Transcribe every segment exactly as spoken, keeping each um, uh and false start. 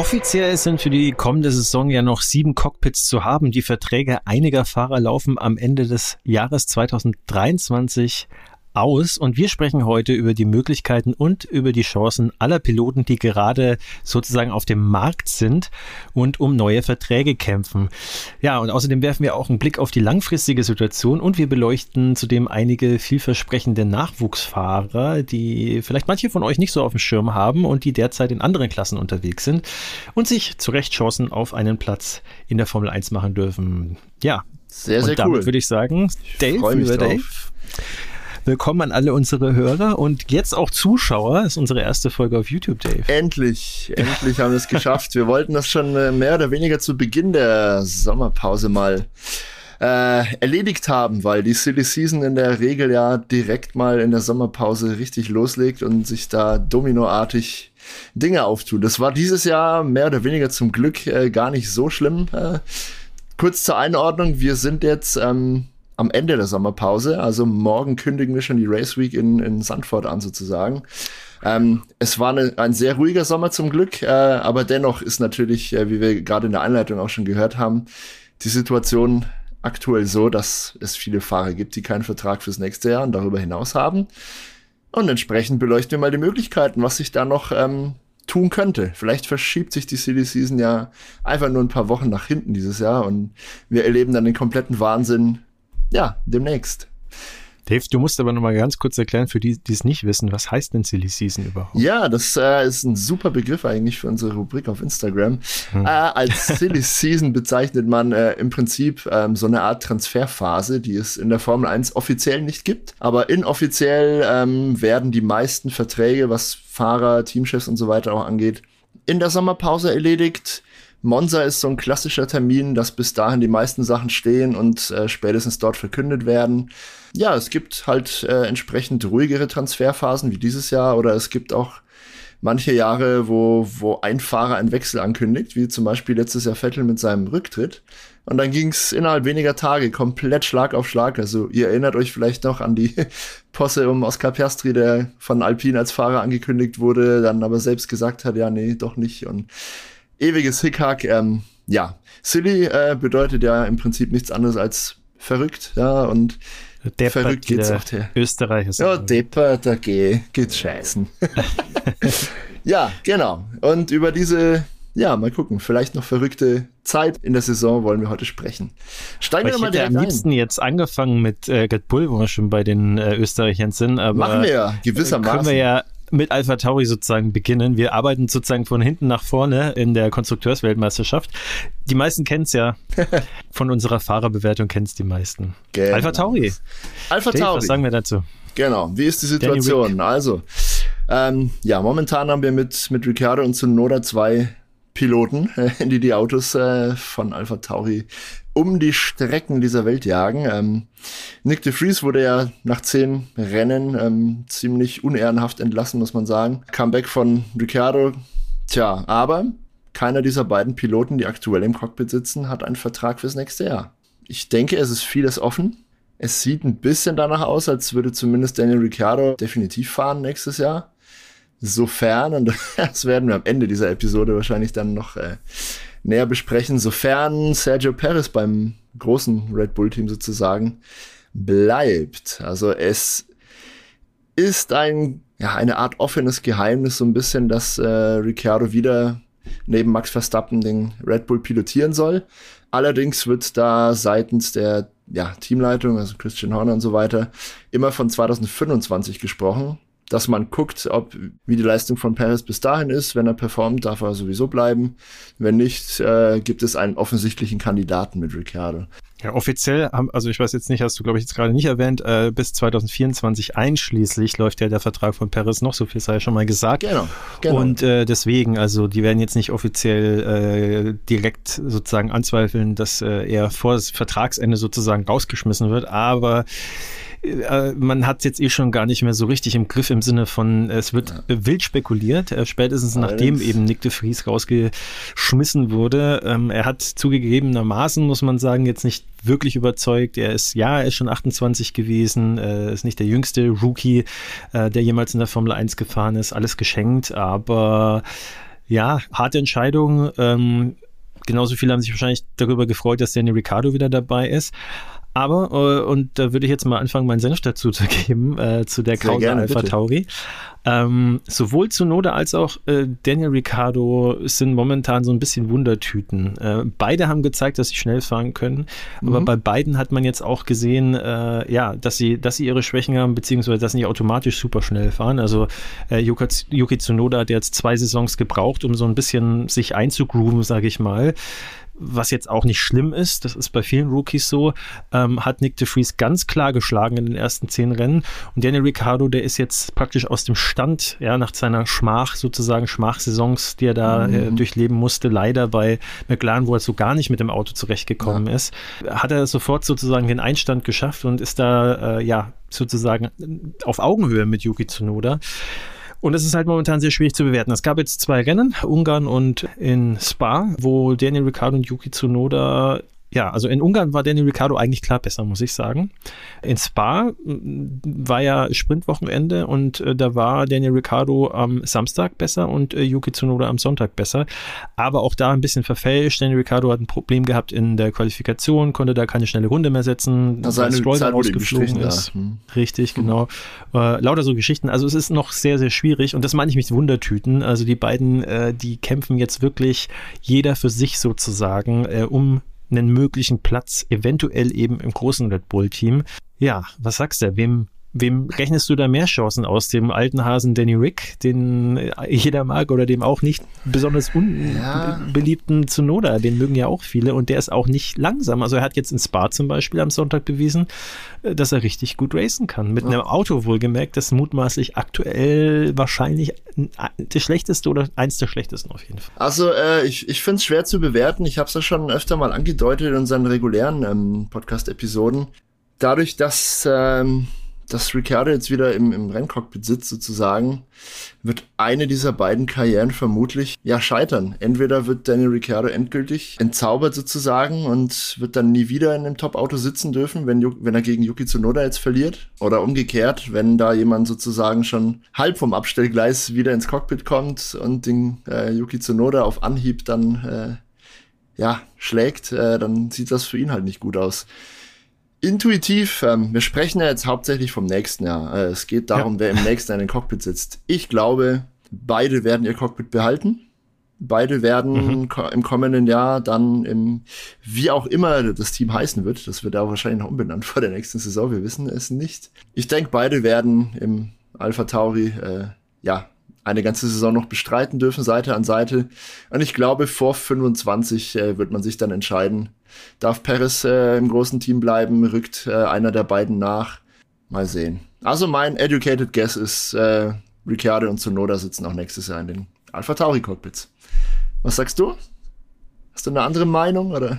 Offiziell sind für die kommende Saison ja noch sieben Cockpits zu haben. Die Verträge einiger Fahrer laufen am Ende des Jahres zweitausenddreiundzwanzig aus und wir sprechen heute über die Möglichkeiten und über die Chancen aller Piloten, die gerade sozusagen auf dem Markt sind und um neue Verträge kämpfen. Ja, und außerdem werfen wir auch einen Blick auf die langfristige Situation und wir beleuchten zudem einige vielversprechende Nachwuchsfahrer, die vielleicht manche von euch nicht so auf dem Schirm haben und die derzeit in anderen Klassen unterwegs sind und sich zu Recht Chancen auf einen Platz in der Formel eins machen dürfen. Ja, sehr, sehr und damit cool. würde ich sagen, Dave, Freu mich lieber drauf. Dave. Willkommen an alle unsere Hörer und jetzt auch Zuschauer. Das ist unsere erste Folge auf YouTube, Dave. Endlich, endlich haben wir es geschafft. Wir wollten das schon äh, mehr oder weniger zu Beginn der Sommerpause mal äh, erledigt haben, weil die Silly Season in der Regel ja direkt mal in der Sommerpause richtig loslegt und sich da dominoartig Dinge auftun. Das war dieses Jahr mehr oder weniger zum Glück äh, gar nicht so schlimm. Äh, kurz zur Einordnung, wir sind jetzt ähm, am Ende der Sommerpause, also morgen kündigen wir schon die Race Week in, in Zandvoort an sozusagen. Ähm, es war eine, ein sehr ruhiger Sommer zum Glück, äh, aber dennoch ist natürlich, äh, wie wir gerade in der Einleitung auch schon gehört haben, die Situation aktuell so, dass es viele Fahrer gibt, die keinen Vertrag fürs nächste Jahr und darüber hinaus haben. Und entsprechend beleuchten wir mal die Möglichkeiten, was sich da noch ähm, tun könnte. Vielleicht verschiebt sich die Silly Season ja einfach nur ein paar Wochen nach hinten dieses Jahr und wir erleben dann den kompletten Wahnsinn ja, demnächst. Dave, du musst aber noch mal ganz kurz erklären, für die, die es nicht wissen, was heißt denn Silly Season überhaupt? Ja, das äh, ist ein super Begriff eigentlich für unsere Rubrik auf Instagram. Hm. Äh, als Silly Season bezeichnet man äh, im Prinzip ähm, so eine Art Transferphase, die es in der Formel eins offiziell nicht gibt. Aber inoffiziell ähm, werden die meisten Verträge, was Fahrer, Teamchefs und so weiter auch angeht, in der Sommerpause erledigt. Monza ist so ein klassischer Termin, dass bis dahin die meisten Sachen stehen und äh, spätestens dort verkündet werden. Ja, es gibt halt äh, entsprechend ruhigere Transferphasen wie dieses Jahr oder es gibt auch manche Jahre, wo, wo ein Fahrer einen Wechsel ankündigt, wie zum Beispiel letztes Jahr Vettel mit seinem Rücktritt. Und dann ging es innerhalb weniger Tage komplett Schlag auf Schlag. Also ihr erinnert euch vielleicht noch an die Posse um Oscar Piastri, der von Alpine als Fahrer angekündigt wurde, dann aber selbst gesagt hat, ja, nee, doch nicht. Und ewiges Hickhack, ähm, ja. Silly äh, bedeutet ja im Prinzip nichts anderes als verrückt, ja, und Deppert, verrückt geht's auch der Österreicher. Ja, deppert, da geh, geht's scheißen. Ja, genau. Und über diese, ja, mal gucken, vielleicht noch verrückte Zeit in der Saison wollen wir heute sprechen. Steigen wir ich mal hätte direkt am liebsten ein. jetzt angefangen mit äh, Red Bull, wo wir schon bei den äh, Österreichern sind, aber Machen wir ja, gewissermaßen. Können wir ja mit AlphaTauri sozusagen beginnen. Wir arbeiten sozusagen von hinten nach vorne in der Konstrukteursweltmeisterschaft. Die meisten kennen es ja. Von unserer Fahrerbewertung kennen es die meisten. Genau. AlphaTauri. AlphaTauri. Was sagen wir dazu? Genau, wie ist die Situation? Also, ähm, ja, momentan haben wir mit, mit Ricciardo und Tsunoda zwei Piloten, äh, die die Autos äh, von AlphaTauri um die Strecken dieser Welt jagen. Ähm, Nick de Vries wurde ja nach zehn Rennen ähm, ziemlich unehrenhaft entlassen, muss man sagen. Comeback von Ricciardo, tja, aber keiner dieser beiden Piloten, die aktuell im Cockpit sitzen, hat einen Vertrag fürs nächste Jahr. Ich denke, es ist vieles offen. Es sieht ein bisschen danach aus, als würde zumindest Daniel Ricciardo definitiv fahren nächstes Jahr. Sofern, und das werden wir am Ende dieser Episode wahrscheinlich dann noch äh, näher besprechen, sofern Sergio Perez beim großen Red Bull-Team sozusagen bleibt. Also es ist ein, ja, eine Art offenes Geheimnis so ein bisschen, dass äh, Ricciardo wieder neben Max Verstappen den Red Bull pilotieren soll. Allerdings wird da seitens der ja, Teamleitung, also Christian Horner und so weiter, immer von zweitausendfünfundzwanzig gesprochen, dass man guckt, ob wie die Leistung von Perez bis dahin ist. Wenn er performt, darf er sowieso bleiben. Wenn nicht, äh, gibt es einen offensichtlichen Kandidaten mit Ricciardo. Ja, offiziell haben, also ich weiß jetzt nicht, hast du glaube ich jetzt gerade nicht erwähnt, äh, bis zweitausendvierundzwanzig einschließlich läuft ja der Vertrag von Perez noch, so viel sei ja schon mal gesagt. Genau, genau. Und äh, deswegen, also die werden jetzt nicht offiziell äh, direkt sozusagen anzweifeln, dass äh, er vor das Vertragsende sozusagen rausgeschmissen wird, aber man hat es jetzt eh schon gar nicht mehr so richtig im Griff im Sinne von, es wird ja. wild spekuliert, äh, spätestens nachdem Allerdings. eben Nick de Vries rausgeschmissen wurde. Ähm, er hat zugegebenermaßen, muss man sagen, jetzt nicht wirklich überzeugt. Er ist, ja, er ist schon achtundzwanzig gewesen, äh, ist nicht der jüngste Rookie, äh, der jemals in der Formel eins gefahren ist, alles geschenkt, aber Ja, harte Entscheidung. Ähm, genauso viele haben sich wahrscheinlich darüber gefreut, dass Daniel Ricciardo wieder dabei ist. Aber, äh, und da würde ich jetzt mal anfangen, meinen Senf dazu zu geben, äh, zu der Causa AlphaTauri. Ähm, sowohl Tsunoda als auch äh, Daniel Ricciardo sind momentan so ein bisschen Wundertüten. Äh, beide haben gezeigt, dass sie schnell fahren können, mhm. aber bei beiden hat man jetzt auch gesehen, äh, ja, dass sie, dass sie ihre Schwächen haben, beziehungsweise dass sie nicht automatisch super schnell fahren. Also äh, Yuki, Yuki Tsunoda hat jetzt zwei Saisons gebraucht, um so ein bisschen sich einzugrooven, sage ich mal. Was jetzt auch nicht schlimm ist, das ist bei vielen Rookies so, ähm, hat Nick de Vries ganz klar geschlagen in den ersten zehn Rennen. Und Daniel Ricciardo, der ist jetzt praktisch aus dem Stand, ja, nach seiner Schmach, sozusagen Schmachsaisons, die er da mhm. äh, durchleben musste, leider bei McLaren, wo er so gar nicht mit dem Auto zurechtgekommen ja. ist, hat er sofort sozusagen den Einstand geschafft und ist da, äh, ja, sozusagen auf Augenhöhe mit Yuki Tsunoda. Und es ist halt momentan sehr schwierig zu bewerten. Es gab jetzt zwei Rennen, Ungarn und in Spa, wo Daniel Ricciardo und Yuki Tsunoda, ja, also in Ungarn war Daniel Ricciardo eigentlich klar besser, muss ich sagen. In Spa war ja Sprintwochenende und äh, da war Daniel Ricciardo am Samstag besser und äh, Yuki Tsunoda am Sonntag besser. Aber auch da ein bisschen verfälscht. Daniel Ricciardo hat ein Problem gehabt in der Qualifikation, konnte da keine schnelle Runde mehr setzen, also weil Stroll Zeit, rausgeflogen ist. Hm. Richtig, hm. genau. Äh, lauter so Geschichten. Also es ist noch sehr, sehr schwierig und das meine ich mit Wundertüten. Also die beiden, äh, die kämpfen jetzt wirklich jeder für sich sozusagen äh, um einen möglichen Platz, eventuell eben im großen Red Bull-Team. Ja, was sagst du? Wem, wem rechnest du da mehr Chancen aus? Dem alten Hasen Danny Rick, den jeder mag, oder dem auch nicht besonders unbeliebten ja. Tsunoda? Den mögen ja auch viele und der ist auch nicht langsam. Also er hat jetzt in Spa zum Beispiel am Sonntag bewiesen, dass er richtig gut racen kann. Mit ja. einem Auto wohlgemerkt, das mutmaßlich aktuell wahrscheinlich das schlechteste oder eins der schlechtesten auf jeden Fall. Also äh, ich, ich finde es schwer zu bewerten. Ich habe es ja schon öfter mal angedeutet in unseren regulären ähm, Podcast-Episoden. Dadurch, dass, ähm, dass Ricciardo jetzt wieder im, im Renncockpit sitzt sozusagen, wird eine dieser beiden Karrieren vermutlich ja scheitern. Entweder wird Daniel Ricciardo endgültig entzaubert sozusagen und wird dann nie wieder in einem Top-Auto sitzen dürfen, wenn, wenn er gegen Yuki Tsunoda jetzt verliert. Oder umgekehrt, wenn da jemand sozusagen schon halb vom Abstellgleis wieder ins Cockpit kommt und den äh, Yuki Tsunoda auf Anhieb dann äh, ja schlägt, äh, dann sieht das für ihn halt nicht gut aus. Intuitiv, ähm, wir sprechen ja jetzt hauptsächlich vom nächsten Jahr. Äh, es geht darum, ja. wer im nächsten Jahr in den Cockpit sitzt. Ich glaube, beide werden ihr Cockpit behalten. Beide werden mhm. ko- im kommenden Jahr dann im, wie auch immer das Team heißen wird, das wird auch wahrscheinlich noch umbenannt vor der nächsten Saison, wir wissen es nicht. Ich denke, beide werden im AlphaTauri, äh, ja, eine ganze Saison noch bestreiten dürfen, Seite an Seite. Und ich glaube, vor fünfundzwanzig äh, wird man sich dann entscheiden, darf Perez äh, im großen Team bleiben, rückt äh, einer der beiden nach. Mal sehen. Also mein educated guess ist, äh, Ricciardo und Tsunoda sitzen auch nächstes Jahr in den AlphaTauri-Cockpits. Was sagst du? Hast du eine andere Meinung, oder?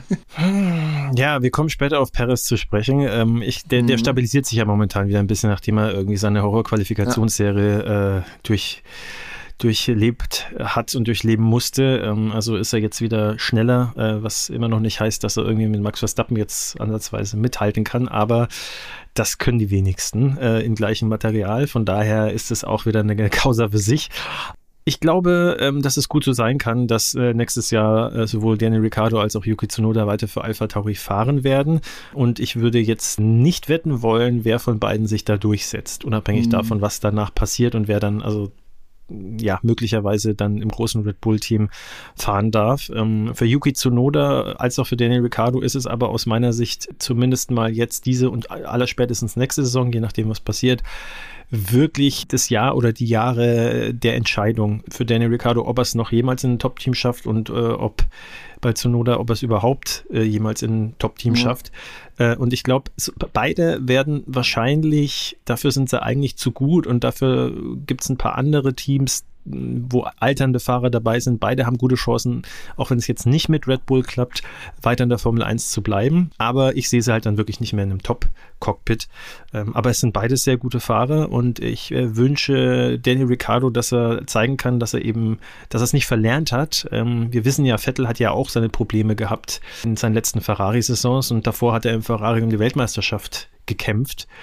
Ja, wir kommen später auf Perez zu sprechen. Ähm, ich, der, mhm. der stabilisiert sich ja momentan wieder ein bisschen, nachdem er irgendwie seine Horror-Qualifikationsserie ja. äh, durch durchlebt hat und durchleben musste. Ähm, also ist er jetzt wieder schneller, äh, was immer noch nicht heißt, dass er irgendwie mit Max Verstappen jetzt ansatzweise mithalten kann, aber das können die wenigsten äh, im gleichen Material. Von daher ist es auch wieder eine Causa für sich. Ich glaube, ähm, dass es gut so sein kann, dass äh, nächstes Jahr äh, sowohl Daniel Ricciardo als auch Yuki Tsunoda weiter für AlphaTauri fahren werden. Und ich würde jetzt nicht wetten wollen, wer von beiden sich da durchsetzt, unabhängig mhm. davon, was danach passiert und wer dann also ja, möglicherweise dann im großen Red Bull-Team fahren darf. Ähm, für Yuki Tsunoda als auch für Daniel Ricciardo ist es aber aus meiner Sicht zumindest mal jetzt diese und allerspätestens nächste Saison, je nachdem was passiert, wirklich das Jahr oder die Jahre der Entscheidung für Daniel Ricciardo, ob er es noch jemals in ein Top-Team schafft und äh, ob bei Tsunoda, ob er es überhaupt äh, jemals in ein Top-Team mhm. schafft. Äh, und ich glaube, so, beide werden wahrscheinlich, dafür sind sie eigentlich zu gut und dafür gibt es ein paar andere Teams, wo alternde Fahrer dabei sind. Beide haben gute Chancen, auch wenn es jetzt nicht mit Red Bull klappt, weiter in der Formel eins zu bleiben. Aber ich sehe sie halt dann wirklich nicht mehr in einem Top-Cockpit. Ähm, aber es sind beides sehr gute Fahrer und ich äh, wünsche Daniel Ricciardo, dass er zeigen kann, dass er eben, dass er es nicht verlernt hat. Ähm, wir wissen ja, Vettel hat ja auch seine Probleme gehabt in seinen letzten Ferrari-Saisons und davor hat er im Ferrari um die Weltmeisterschaft gekämpft.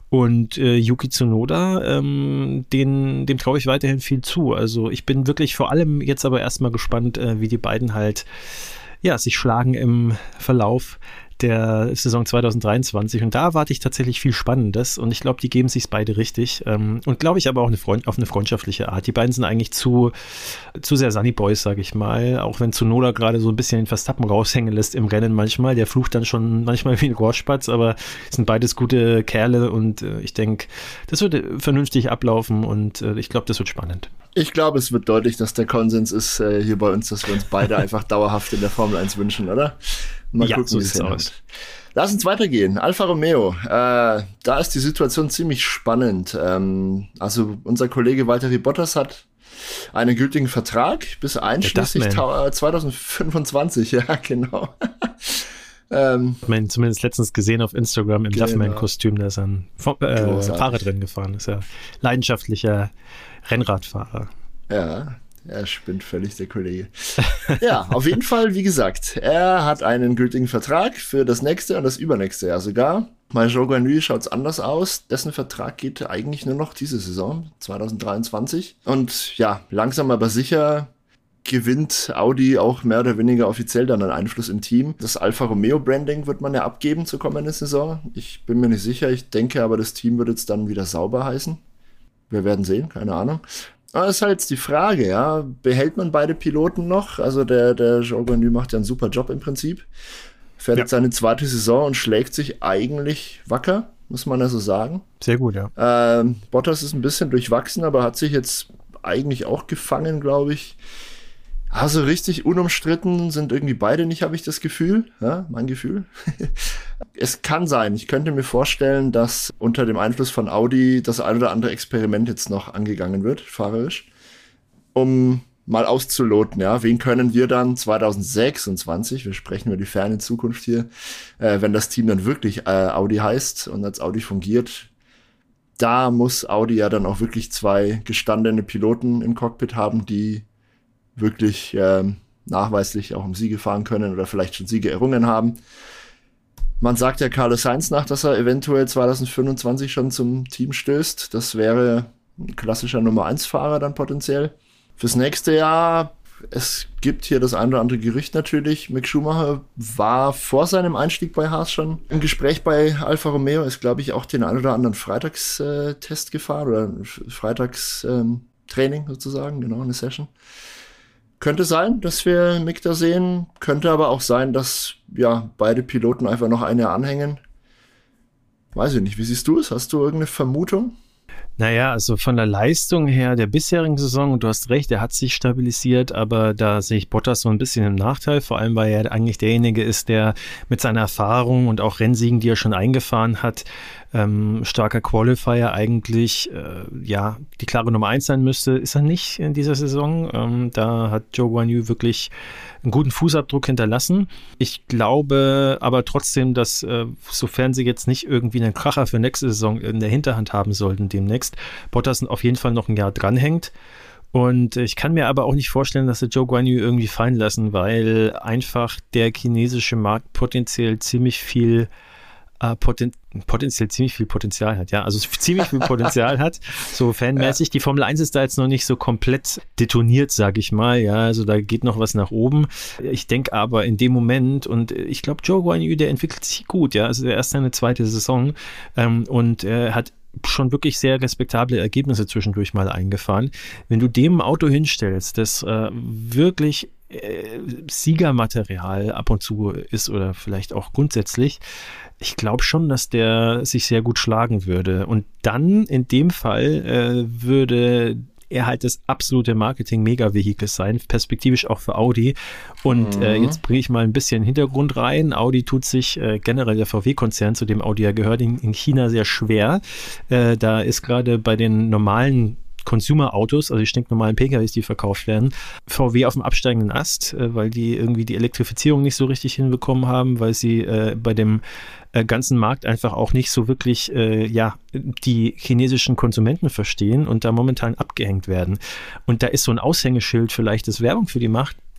Und äh, Yuki Tsunoda, ähm, den, dem traue ich weiterhin viel zu. Also ich bin wirklich vor allem jetzt aber erstmal gespannt, äh, wie die beiden halt ja, sich schlagen im Verlauf der Saison zwanzig dreiundzwanzig. Und da erwarte ich tatsächlich viel Spannendes. Und ich glaube, die geben sich beide richtig. Ähm, und glaube ich aber auch eine Freund- auf eine freundschaftliche Art. Die beiden sind eigentlich zu, zu sehr Sunny Boys, sage ich mal. Auch wenn Tsunoda gerade so ein bisschen den Verstappen raushängen lässt im Rennen manchmal. Der flucht dann schon manchmal wie ein Rohrspatz, aber sind beides gute Kerle. Und äh, ich denke, das wird vernünftig ablaufen. Und äh, ich glaube, das wird spannend. Ich glaube, es wird deutlich, dass der Konsens ist äh, hier bei uns, dass wir uns beide einfach dauerhaft in der Formel eins wünschen, oder? Mal ja, gucken, so wie es sieht's hinhaut. aus. Lass uns weitergehen. Alfa Romeo, äh, da ist die Situation ziemlich spannend. Ähm, also unser Kollege Valtteri Bottas hat einen gültigen Vertrag bis einschließlich ta- zwanzig fünfundzwanzig. Ja, genau. ähm, Ich meine, zumindest letztens gesehen auf Instagram im genau. Duffman-Kostüm, da ist er ein äh, Fahrradrennen gefahren. Ist ja leidenschaftlicher Rennradfahrer. Ja, er spinnt völlig, der Kollege. Ja, auf jeden Fall, wie gesagt, er hat einen gültigen Vertrag für das nächste und das übernächste Jahr sogar. Bei Zhou Guanyu schaut es anders aus. Dessen Vertrag geht eigentlich nur noch diese Saison, zwanzig dreiundzwanzig. Und ja, langsam aber sicher gewinnt Audi auch mehr oder weniger offiziell dann einen Einfluss im Team. Das Alfa Romeo Branding wird man ja abgeben zur kommenden Saison. Ich bin mir nicht sicher, ich denke aber, das Team wird jetzt dann wieder sauber heißen. Wir werden sehen, keine Ahnung. Aber das ist halt jetzt die Frage, ja, behält man beide Piloten noch? Also der, der Zhou Guanyu macht ja einen super Job im Prinzip. Fährt ja. jetzt seine zweite Saison und schlägt sich eigentlich wacker, muss man ja so sagen. Sehr gut, ja. Ähm, Bottas ist ein bisschen durchwachsen, aber hat sich jetzt eigentlich auch gefangen, glaube ich. Also richtig unumstritten sind irgendwie beide nicht, habe ich das Gefühl. Ja, mein Gefühl. Es kann sein, ich könnte mir vorstellen, dass unter dem Einfluss von Audi das ein oder andere Experiment jetzt noch angegangen wird, fahrerisch, um mal auszuloten, ja, wen können wir dann zwanzig sechsundzwanzig, wir sprechen über die ferne Zukunft hier, äh, wenn das Team dann wirklich äh, Audi heißt und als Audi fungiert, da muss Audi ja dann auch wirklich zwei gestandene Piloten im Cockpit haben, die wirklich äh, nachweislich auch um Siege fahren können oder vielleicht schon Siege errungen haben. Man sagt ja Carlos Sainz nach, dass er eventuell zwanzig fünfundzwanzig schon zum Team stößt. Das wäre ein klassischer Nummer eins Fahrer dann potenziell. Fürs nächste Jahr, es gibt hier das ein oder andere Gerücht natürlich. Mick Schumacher war vor seinem Einstieg bei Haas schon im Gespräch bei Alfa Romeo. Ist, glaube ich, auch den ein oder anderen Freitagstest gefahren oder Freitagstraining sozusagen, genau, eine Session. Könnte sein, dass wir Mick da sehen. Könnte aber auch sein, dass ja beide Piloten einfach noch ein Jahr anhängen. Weiß ich nicht. Wie siehst du es? Hast du irgendeine Vermutung? Naja, also von der Leistung her der bisherigen Saison, und du hast recht, er hat sich stabilisiert, aber da sehe ich Bottas so ein bisschen im Nachteil, vor allem weil er eigentlich derjenige ist, der mit seiner Erfahrung und auch Rennsiegen, die er schon eingefahren hat, ähm, starker Qualifier eigentlich, äh, ja, die klare Nummer eins sein müsste, ist er nicht in dieser Saison. Ähm, da hat Zhou Guanyu wirklich einen guten Fußabdruck hinterlassen. Ich glaube aber trotzdem, dass äh, sofern sie jetzt nicht irgendwie einen Kracher für nächste Saison in der Hinterhand haben sollten demnächst, Bottas auf jeden Fall noch ein Jahr dranhängt. Und ich kann mir aber auch nicht vorstellen, dass sie Zhou Guanyu irgendwie fallen lassen, weil einfach der chinesische Markt potenziell ziemlich viel äh, poten- potenziell ziemlich viel Potenzial hat, ja, also ziemlich viel Potenzial hat, so fanmäßig. Die Formel eins ist da jetzt noch nicht so komplett detoniert, sage ich mal, ja, also da geht noch was nach oben. Ich denke aber in dem Moment, und ich glaube, Zhou Guanyu, der entwickelt sich gut, ja, also erst seine zweite Saison ähm, und er hat schon wirklich sehr respektable Ergebnisse zwischendurch mal eingefahren. Wenn du dem Auto hinstellst, das äh, wirklich äh, Siegermaterial ab und zu ist oder vielleicht auch grundsätzlich, ich glaube schon, dass der sich sehr gut schlagen würde. Und dann in dem Fall äh, würde er halt das absolute Marketing-Mega-Vehikel sein, perspektivisch auch für Audi. Und mhm. äh, jetzt bringe ich mal ein bisschen Hintergrund rein. Audi tut sich äh, generell, der V W-Konzern, zu dem Audi ja gehört, in, in China sehr schwer. Äh, da ist gerade bei den normalen Consumer-Autos, also die stinknormalen P K Ws, die verkauft werden, V W auf dem absteigenden Ast, äh, weil die irgendwie die Elektrifizierung nicht so richtig hinbekommen haben, weil sie äh, bei dem äh, ganzen Markt einfach auch nicht so wirklich äh, ja die chinesischen Konsumenten verstehen und da momentan abgehängt werden. Und da ist so ein Aushängeschild vielleicht, das Werbung für die macht,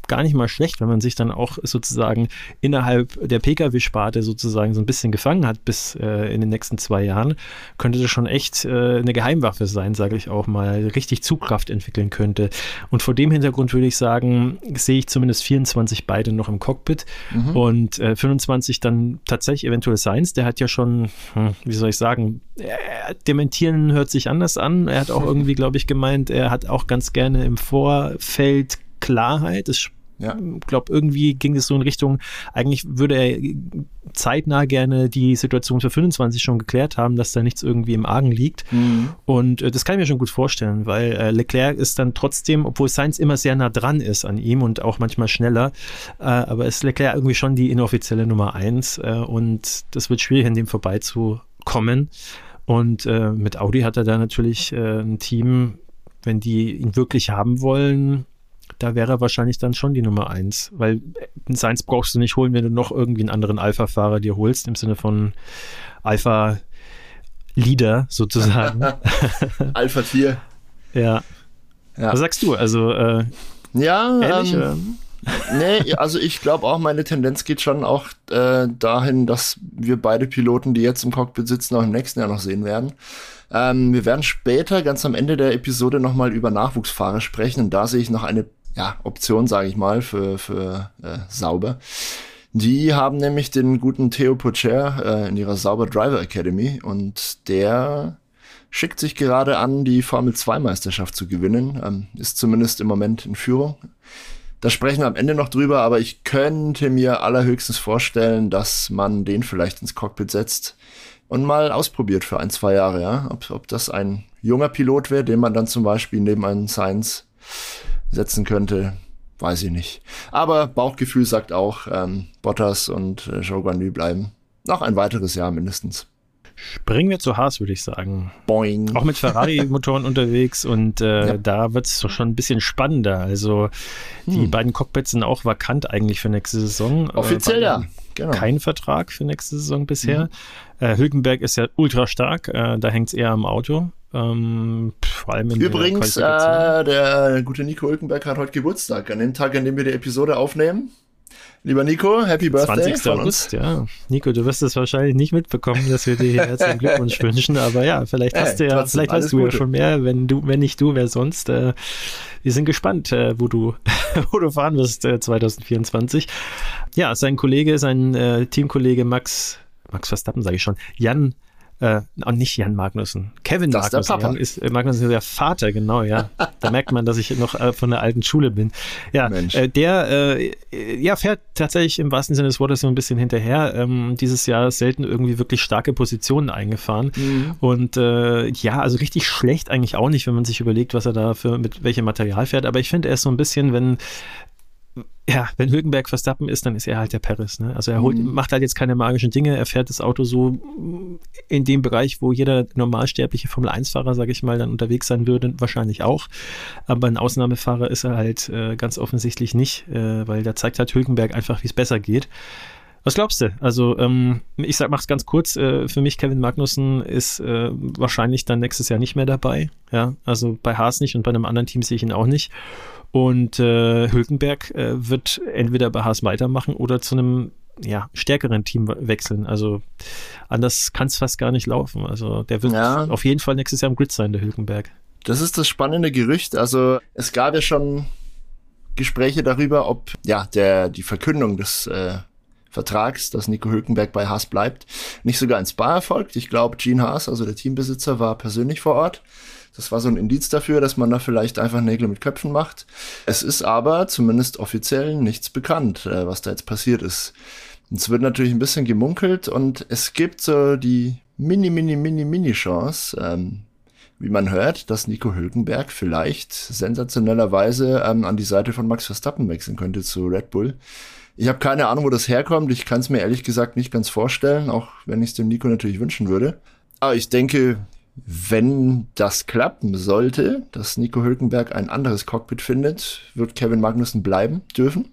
gar nicht mal schlecht, wenn man sich dann auch sozusagen innerhalb der Pkw-Sparte sozusagen so ein bisschen gefangen hat bis äh, in den nächsten zwei Jahren, könnte das schon echt äh, eine Geheimwaffe sein, sage ich auch mal, richtig Zugkraft entwickeln könnte. Und vor dem Hintergrund würde ich sagen, sehe ich zumindest vierundzwanzig beide noch im Cockpit mhm. und äh, fünfundzwanzig dann tatsächlich eventuell Sainz, der hat ja schon, hm, wie soll ich sagen, äh, dementieren hört sich anders an. Er hat auch irgendwie, glaube ich, gemeint, er hat auch ganz gerne im Vorfeld Klarheit. Ich ja. glaube, irgendwie ging es so in Richtung, eigentlich würde er zeitnah gerne die Situation für fünfundzwanzig schon geklärt haben, dass da nichts irgendwie im Argen liegt. Mhm. Und äh, das kann ich mir schon gut vorstellen, weil äh, Leclerc ist dann trotzdem, obwohl Sainz immer sehr nah dran ist an ihm und auch manchmal schneller, äh, aber ist Leclerc irgendwie schon die inoffizielle Nummer eins äh, und das wird schwierig, an dem vorbeizukommen. Und äh, mit Audi hat er da natürlich äh, ein Team, wenn die ihn wirklich haben wollen, da wäre er wahrscheinlich dann schon die Nummer eins, weil einen Sainz brauchst du nicht holen, wenn du noch irgendwie einen anderen Alpha-Fahrer dir holst, im Sinne von Alpha-Leader sozusagen. Alpha-Tier. Ja. ja. Was sagst du? Also, äh, ja, ehrlich, ähm, nee, also ich glaube auch, meine Tendenz geht schon auch äh, dahin, dass wir beide Piloten, die jetzt im Cockpit sitzen, auch im nächsten Jahr noch sehen werden. Ähm, wir werden später, ganz am Ende der Episode, nochmal über Nachwuchsfahrer sprechen. Und da sehe ich noch eine ja, Option, sage ich mal, für, für äh, Sauber. Die haben nämlich den guten Theo Pourchaire äh, in ihrer Sauber Driver Academy. Und der schickt sich gerade an, die Formel zwei Meisterschaft zu gewinnen. Ähm, ist zumindest im Moment in Führung. Da sprechen wir am Ende noch drüber, aber ich könnte mir allerhöchstens vorstellen, dass man den vielleicht ins Cockpit setzt und mal ausprobiert für ein, zwei Jahre, ja. Ob, ob das ein junger Pilot wäre, den man dann zum Beispiel neben einen Sainz setzen könnte, weiß ich nicht. Aber Bauchgefühl sagt auch, ähm, Bottas und äh, Zhou Guanyu bleiben noch ein weiteres Jahr mindestens. Springen wir zu Haas, würde ich sagen. Boing. Auch mit Ferrari-Motoren unterwegs und äh, ja. da wird es schon ein bisschen spannender. Also die hm. beiden Cockpits sind auch vakant eigentlich für nächste Saison. Offiziell, äh, ja. Genau. Kein Vertrag für nächste Saison bisher. Mhm. Äh, Hülkenberg ist ja ultra stark, äh, da hängt es eher am Auto. Ähm, vor allem in Übrigens, der, äh, der gute Nico Hülkenberg hat heute Geburtstag, an dem Tag, an dem wir die Episode aufnehmen. Lieber Nico, Happy Birthday zwanzigster von August, uns. Ja. Nico, du wirst es wahrscheinlich nicht mitbekommen, dass wir dir hier herzlichen Glückwunsch wünschen, aber ja, vielleicht hast hey, du ja, trotzdem, vielleicht weißt du Gute. ja schon mehr, wenn du, wenn nicht du, wer sonst. Äh, wir sind gespannt, äh, wo du, wo du fahren wirst äh, zwanzig vierundzwanzig. Ja, sein Kollege, sein äh, Teamkollege Max, Max Verstappen, sage ich schon, Jan Äh, nicht Jan Magnussen. Kevin das Magnussen. Ist der Papa. Jan ist, äh, Magnussen ist der Vater, genau, ja. Da merkt man, dass ich noch äh, von der alten Schule bin. Ja, äh, der äh, ja, fährt tatsächlich im wahrsten Sinne des Wortes so ein bisschen hinterher. Ähm, dieses Jahr selten irgendwie wirklich starke Positionen eingefahren. Mhm. Und äh, ja, also richtig schlecht eigentlich auch nicht, wenn man sich überlegt, was er da für mit welchem Material fährt. Aber ich finde, er ist so ein bisschen, wenn Ja, wenn Hülkenberg Verstappen ist, dann ist er halt der Perez. Ne? Also er holt, mhm. macht halt jetzt keine magischen Dinge, er fährt das Auto so in dem Bereich, wo jeder normalsterbliche Formel eins Fahrer, sage ich mal, dann unterwegs sein würde, wahrscheinlich auch. Aber ein Ausnahmefahrer ist er halt äh, ganz offensichtlich nicht, äh, weil da zeigt halt Hülkenberg einfach, wie es besser geht. Was glaubst du? Also ähm, ich sag, mach's ganz kurz, äh, für mich Kevin Magnussen ist äh, wahrscheinlich dann nächstes Jahr nicht mehr dabei. Ja, also bei Haas nicht und bei einem anderen Team sehe ich ihn auch nicht. Und äh, Hülkenberg äh, wird entweder bei Haas weitermachen oder zu einem ja, stärkeren Team wechseln. Also anders kann es fast gar nicht laufen. Also der wird ja. auf jeden Fall nächstes Jahr im Grid sein, der Hülkenberg. Das ist das spannende Gerücht. Also es gab ja schon Gespräche darüber, ob ja der die Verkündung des äh, Vertrags, dass Nico Hülkenberg bei Haas bleibt, nicht sogar in Spa erfolgt. Ich glaube, Gene Haas, also der Teambesitzer, war persönlich vor Ort. Das war so ein Indiz dafür, dass man da vielleicht einfach Nägel mit Köpfen macht. Es ist aber zumindest offiziell nichts bekannt, äh, was da jetzt passiert ist. Es wird natürlich ein bisschen gemunkelt und es gibt so die mini, mini, mini, mini Chance, ähm, wie man hört, dass Nico Hülkenberg vielleicht sensationellerweise ähm, an die Seite von Max Verstappen wechseln könnte zu Red Bull. Ich habe keine Ahnung, wo das herkommt. Ich kann es mir ehrlich gesagt nicht ganz vorstellen, auch wenn ich es dem Nico natürlich wünschen würde. Aber ich denke, wenn das klappen sollte, dass Nico Hülkenberg ein anderes Cockpit findet, wird Kevin Magnussen bleiben dürfen.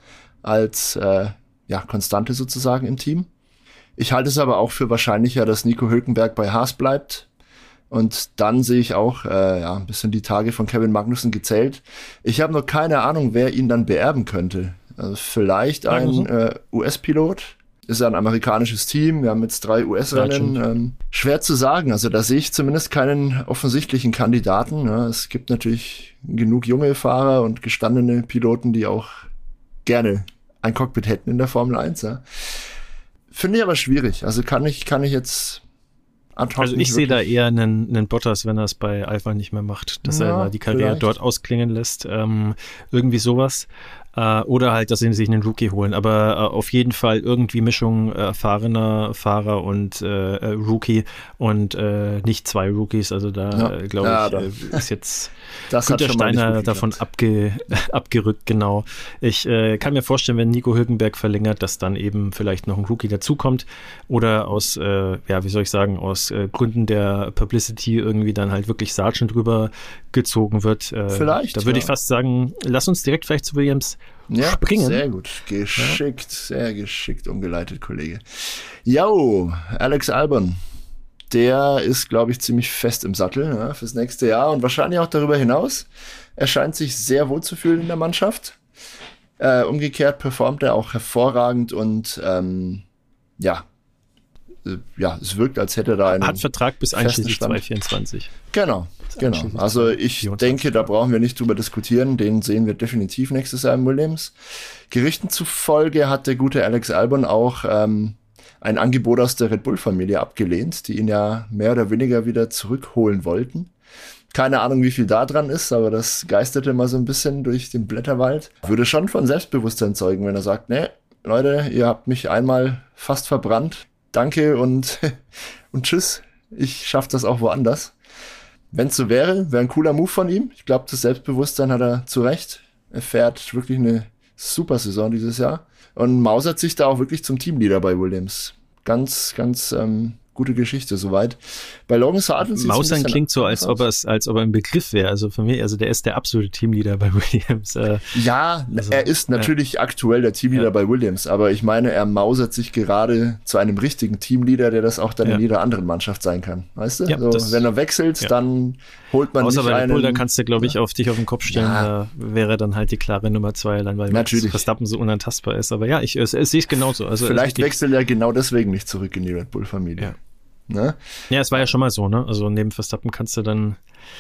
Als äh, ja, Konstante sozusagen im Team. Ich halte es aber auch für wahrscheinlicher, dass Nico Hülkenberg bei Haas bleibt. Und dann sehe ich auch äh, ja, ein bisschen die Tage von Kevin Magnussen gezählt. Ich habe noch keine Ahnung, wer ihn dann beerben könnte. Also vielleicht ein äh, U S-Pilot. Ist ja ein amerikanisches Team. Wir haben jetzt drei U S-Rennen. Ähm, schwer zu sagen. Also da sehe ich zumindest keinen offensichtlichen Kandidaten. Ja, es gibt natürlich genug junge Fahrer und gestandene Piloten, die auch gerne ein Cockpit hätten in der Formel eins. Ja. Finde ich aber schwierig. Also kann ich, kann ich jetzt Also ich sehe da eher einen, einen Bottas, wenn er es bei Alpha nicht mehr macht, dass ja, er die Karriere vielleicht dort ausklingen lässt. Ähm, irgendwie sowas. Äh, oder halt, dass sie sich einen Rookie holen. Aber äh, auf jeden Fall irgendwie Mischung äh, erfahrener Fahrer und äh, Rookie und äh, nicht zwei Rookies. Also da, ja. äh, glaube ja, ich, da. äh, ist jetzt Günther Steiner davon abge, abgerückt, genau. Ich äh, kann mir vorstellen, wenn Nico Hülkenberg verlängert, dass dann eben vielleicht noch ein Rookie dazukommt oder aus, äh, ja, wie soll ich sagen, aus äh, Gründen der Publicity irgendwie dann halt wirklich Sargent drüber gezogen wird. Äh, vielleicht, Da würde ja. ich fast sagen, lass uns direkt vielleicht zu Williams ja, springen. Sehr gut, geschickt, ja. sehr geschickt umgeleitet, Kollege. Jo, Alex Albon. Der ist, glaube ich, ziemlich fest im Sattel ja, fürs nächste Jahr und wahrscheinlich auch darüber hinaus. Er scheint sich sehr wohl zu fühlen in der Mannschaft. Äh, umgekehrt performt er auch hervorragend und ähm, ja, äh, ja, es wirkt, als hätte er da einen Hat Vertrag bis einschließlich zwanzig vierundzwanzig. Genau, genau. Also ich vierundzwanzig. Denke, da brauchen wir nicht drüber diskutieren. Den sehen wir definitiv nächstes Jahr im Williams. Gerüchten zufolge hat der gute Alex Albon auch ähm, ein Angebot aus der Red Bull-Familie abgelehnt, die ihn ja mehr oder weniger wieder zurückholen wollten. Keine Ahnung, wie viel da dran ist, aber das geisterte mal so ein bisschen durch den Blätterwald. Würde schon von Selbstbewusstsein zeugen, wenn er sagt, ne, Leute, ihr habt mich einmal fast verbrannt. Danke und, und tschüss. Ich schaff das auch woanders. Wenn es so wäre, wäre ein cooler Move von ihm. Ich glaube, das Selbstbewusstsein hat er zu Recht. Er fährt wirklich eine super Saison dieses Jahr. Und mausert sich da auch wirklich zum Teamleader bei Williams. Ganz, ganz ähm, gute Geschichte soweit. Bei Logan Sargent sieht Mausern klingt so, als ob, es, als ob er ein Begriff wäre. Also für mich, also der ist der absolute Teamleader bei Williams. Äh, ja, also, er ist natürlich ja. aktuell der Teamleader ja. bei Williams, aber ich meine, er mausert sich gerade zu einem richtigen Teamleader, der das auch dann ja. in jeder anderen Mannschaft sein kann. Weißt du? Ja, so, das, wenn er wechselt, ja. dann holt man Außer nicht bei einen... Bull, da kannst du, glaube ich, auf dich auf den Kopf stellen. Ja. Da wäre dann halt die klare Nummer zwei, dann, weil natürlich. Verstappen so unantastbar ist. Aber ja, ich, ich, ich sehe es genauso. Also, vielleicht wechselt er genau deswegen nicht zurück in die Red Bull-Familie. Ja. Ne? Ja, es war ja schon mal so, ne? Also neben Verstappen kannst du dann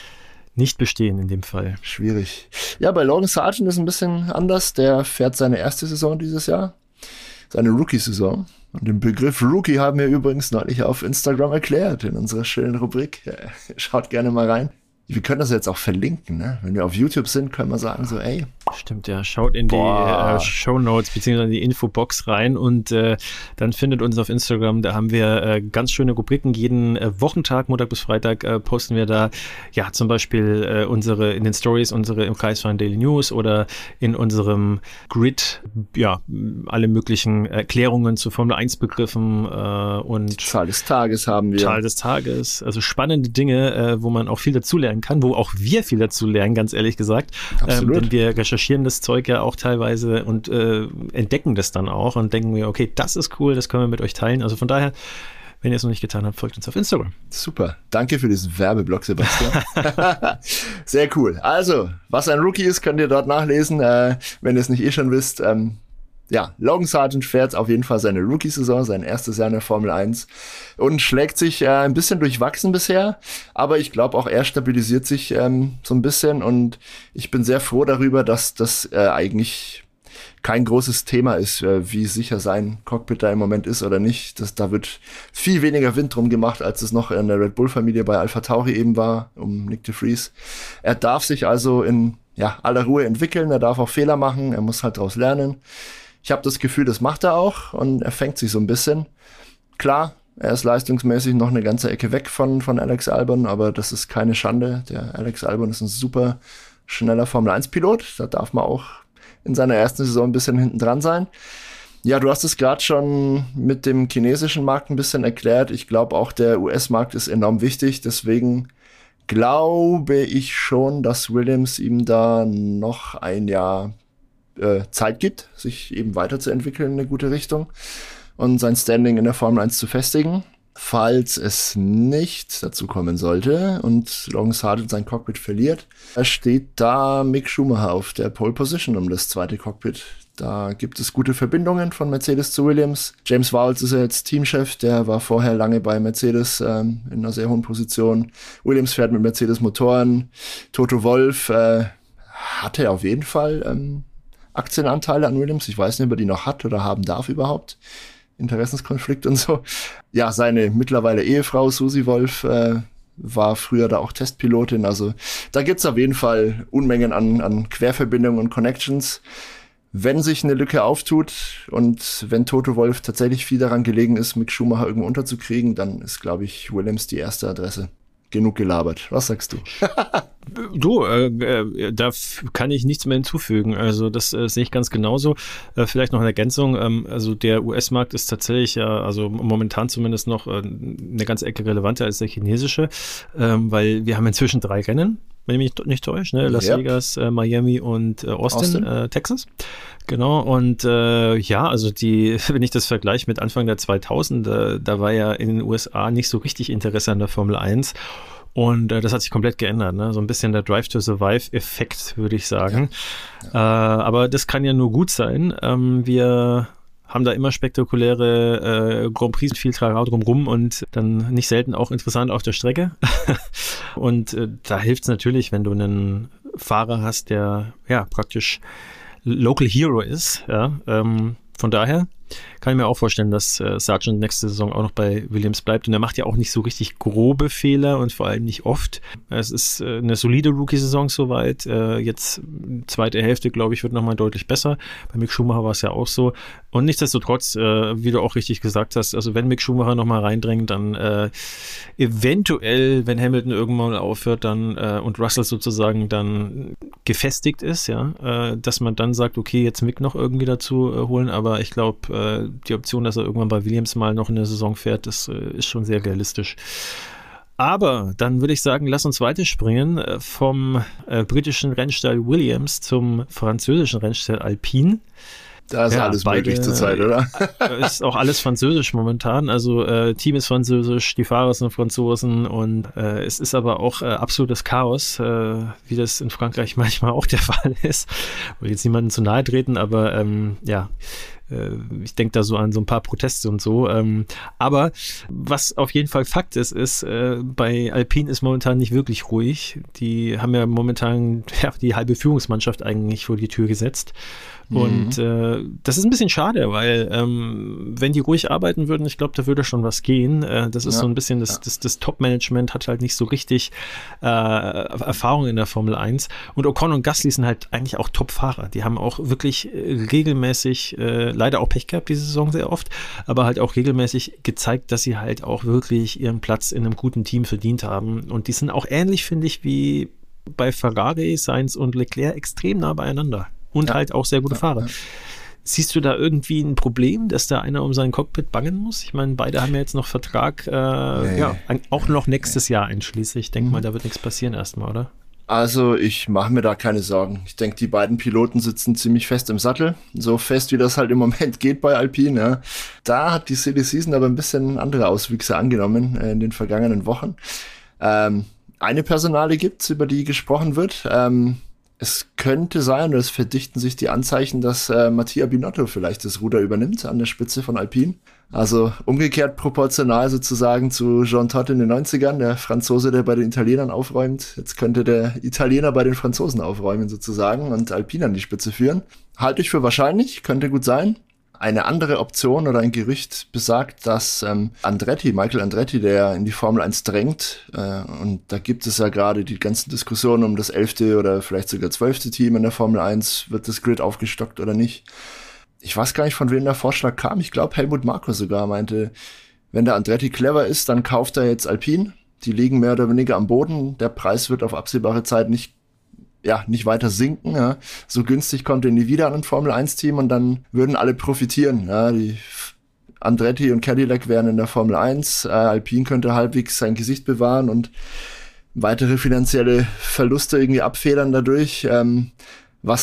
nicht bestehen in dem Fall. Schwierig. Ja, bei Logan Sargent ist ein bisschen anders. Der fährt seine erste Saison dieses Jahr. Seine Rookie-Saison. Und den Begriff Rookie haben wir übrigens neulich auf Instagram erklärt, in unserer schönen Rubrik. Schaut gerne mal rein. Wir können das jetzt auch verlinken, ne? Wenn wir auf YouTube sind, können wir sagen so, ey. Stimmt, ja. Schaut in Boah. die äh, Shownotes beziehungsweise in die Infobox rein und äh, dann findet uns auf Instagram. Da haben wir äh, ganz schöne Rubriken. Jeden äh, Wochentag, Montag bis Freitag, äh, posten wir da ja zum Beispiel äh, unsere in den Stories unsere im Kreisverein Daily News oder in unserem Grid ja alle möglichen Erklärungen zu Formel eins Begriffen äh, und die Zahl des Tages haben wir. Zahl des Tages. Also spannende Dinge, äh, wo man auch viel dazu lernen kann, wo auch wir viel dazu lernen, ganz ehrlich gesagt. Absolut. Ähm, denn wir recherchieren das Zeug ja auch teilweise und äh, entdecken das dann auch und denken wir, okay, das ist cool, das können wir mit euch teilen. Also von daher, wenn ihr es noch nicht getan habt, folgt uns auf Instagram. Super. Danke für diesen Werbeblock, Sebastian. Sehr cool. Also, was ein Rookie ist, könnt ihr dort nachlesen, äh, wenn ihr es nicht eh schon wisst. Ähm, Ja, Logan Sargent fährt auf jeden Fall seine Rookie-Saison, sein erstes Jahr in der Formel eins und schlägt sich äh, ein bisschen durchwachsen bisher, aber ich glaube auch er stabilisiert sich ähm, so ein bisschen und ich bin sehr froh darüber, dass das äh, eigentlich kein großes Thema ist, äh, wie sicher sein Cockpit da im Moment ist oder nicht. Das, da wird viel weniger Wind drum gemacht, als es noch in der Red Bull-Familie bei AlphaTauri eben war, um Nick de Vries. Er darf sich also in ja, aller Ruhe entwickeln, er darf auch Fehler machen, er muss halt daraus lernen. Ich habe das Gefühl, das macht er auch und er fängt sich so ein bisschen. Klar, er ist leistungsmäßig noch eine ganze Ecke weg von, von Alex Albon, aber das ist keine Schande. Der Alex Albon ist ein super schneller Formel eins Pilot. Da darf man auch in seiner ersten Saison ein bisschen hinten dran sein. Ja, du hast es gerade schon mit dem chinesischen Markt ein bisschen erklärt. Ich glaube auch, der U S-Markt ist enorm wichtig. Deswegen glaube ich schon, dass Williams ihm da noch ein Jahr Zeit gibt, sich eben weiterzuentwickeln in eine gute Richtung und sein Standing in der Formel eins zu festigen. falls es nicht dazu kommen sollte und Logan Sargent sein Cockpit verliert, steht da Mick Schumacher auf der Pole Position um das zweite Cockpit. Da gibt es gute Verbindungen von Mercedes zu Williams. James Vowles ist ja jetzt Teamchef, der war vorher lange bei Mercedes ähm, in einer sehr hohen Position. Williams fährt mit Mercedes-Motoren. Toto Wolff äh, hatte auf jeden Fall ähm, Aktienanteile an Williams. Ich weiß nicht, ob er die noch hat oder haben darf überhaupt. Interessenskonflikt und so. Ja, seine mittlerweile Ehefrau Susi Wolff äh, war früher da auch Testpilotin. Also da gibt's auf jeden Fall Unmengen an, an Querverbindungen und Connections. Wenn sich eine Lücke auftut und wenn Toto Wolff tatsächlich viel daran gelegen ist, Mick Schumacher irgendwo unterzukriegen, dann ist, glaube ich, Williams die erste Adresse. Genug gelabert. Was sagst du? Du, äh, äh, da f- kann ich nichts mehr hinzufügen. Also das äh, sehe ich ganz genauso. Äh, vielleicht noch eine Ergänzung. Ähm, also der U S-Markt ist tatsächlich, äh, also momentan zumindest noch äh, eine ganze Ecke relevanter als der chinesische, ähm, weil wir haben inzwischen drei Rennen, wenn ich mich nicht täusche, ne? Las Yep. Vegas, äh, Miami und äh, Austin, Austin. Äh, Texas. Genau, und äh, ja, also die, wenn ich das vergleiche mit Anfang der zweitausender, da war ja in den U S A nicht so richtig Interesse an der Formel eins. Und äh, das hat sich komplett geändert, ne? So ein bisschen der Drive-to-Survive-Effekt, würde ich sagen. Ja. Ja. Äh, aber das kann ja nur gut sein. Ähm, wir haben da immer spektakuläre äh, Grand Prix, viel Trara drumrum und dann nicht selten auch interessant auf der Strecke. Und äh, da hilft es natürlich, wenn du einen Fahrer hast, der ja praktisch Local Hero ist. Ja, ähm, von daher kann ich mir auch vorstellen, dass äh, Sargent nächste Saison auch noch bei Williams bleibt. Und er macht ja auch nicht so richtig grobe Fehler und vor allem nicht oft. Es ist äh, eine solide Rookie-Saison soweit. Äh, jetzt zweite Hälfte, glaube ich, wird nochmal deutlich besser. Bei Mick Schumacher war es ja auch so. Und nichtsdestotrotz, äh, wie du auch richtig gesagt hast, also wenn Mick Schumacher nochmal reindrängt, dann äh, eventuell, wenn Hamilton irgendwann mal aufhört dann äh, und Russell sozusagen dann gefestigt ist, ja, äh, dass man dann sagt, okay, jetzt Mick noch irgendwie dazu äh, holen. Aber ich glaube, äh, die Option, dass er irgendwann bei Williams mal noch in der Saison fährt, das äh, ist schon sehr realistisch. Aber dann würde ich sagen, lass uns weiterspringen äh, vom äh, britischen Rennstall Williams zum französischen Rennstall Alpine. Da ist ja alles beide, möglich zurzeit, oder? Ist auch alles französisch momentan. Also äh, Team ist französisch, die Fahrer sind Franzosen und äh, es ist aber auch äh, absolutes Chaos, äh, wie das in Frankreich manchmal auch der Fall ist. Ich will jetzt niemandem zu nahe treten, aber ähm, ja, äh, ich denke da so an so ein paar Proteste und so. Ähm, aber was auf jeden Fall Fakt ist, ist, äh, bei Alpine ist momentan nicht wirklich ruhig. Die haben ja momentan ja, die halbe Führungsmannschaft eigentlich vor die Tür gesetzt. Und mhm. äh, das ist ein bisschen schade, weil ähm, wenn die ruhig arbeiten würden, ich glaube, da würde schon was gehen. Äh, das ist ja so ein bisschen, das, ja. das, das Top-Management hat halt nicht so richtig äh, Erfahrung in der Formel eins. Und Ocon und Gasly sind halt eigentlich auch Top-Fahrer. Die haben auch wirklich äh, regelmäßig, äh, leider auch Pech gehabt diese Saison sehr oft, aber halt auch regelmäßig gezeigt, dass sie halt auch wirklich ihren Platz in einem guten Team verdient haben. Und die sind auch ähnlich, finde ich, wie bei Ferrari, Sainz und Leclerc extrem nah beieinander. Und ja. halt auch sehr gute ja, Fahrer. Ja. Siehst du da irgendwie ein Problem, dass da einer um sein Cockpit bangen muss? Ich meine, beide haben ja jetzt noch Vertrag, äh, nee, ja, auch noch nächstes nee. Jahr einschließlich. Ich denke mhm. mal, da wird nichts passieren erstmal, oder? Also ich mache mir da keine Sorgen. Ich denke, die beiden Piloten sitzen ziemlich fest im Sattel. So fest, wie das halt im Moment geht bei Alpine. Ja. Da hat die Silly Season aber ein bisschen andere Auswüchse angenommen äh, in den vergangenen Wochen. Ähm, eine Personalie gibt's, über die gesprochen wird. Ähm, Es könnte sein, oder es verdichten sich die Anzeichen, dass äh, Mattia Binotto vielleicht das Ruder übernimmt an der Spitze von Alpine. Also umgekehrt proportional sozusagen zu Jean Todt in den neunzigern, der Franzose, der bei den Italienern aufräumt. Jetzt könnte der Italiener bei den Franzosen aufräumen sozusagen und Alpine an die Spitze führen. Halte ich für wahrscheinlich, könnte gut sein. Eine andere Option oder ein Gerücht besagt, dass ähm, Andretti, Michael Andretti, der in die Formel eins drängt, äh, und da gibt es ja gerade die ganzen Diskussionen um das elfte oder vielleicht sogar zwölfte Team in der Formel eins, wird das Grid aufgestockt oder nicht. Ich weiß gar nicht, von wem der Vorschlag kam. Ich glaube, Helmut Marko sogar meinte, wenn der Andretti clever ist, dann kauft er jetzt Alpine. Die liegen mehr oder weniger am Boden. Der Preis wird auf absehbare Zeit nicht ja, nicht weiter sinken, ja. So günstig kommt er nie wieder an ein Formel eins Team und dann würden alle profitieren, ja. Die Andretti und Cadillac wären in der Formel eins, äh, Alpine könnte halbwegs sein Gesicht bewahren und weitere finanzielle Verluste irgendwie abfedern dadurch, ähm, was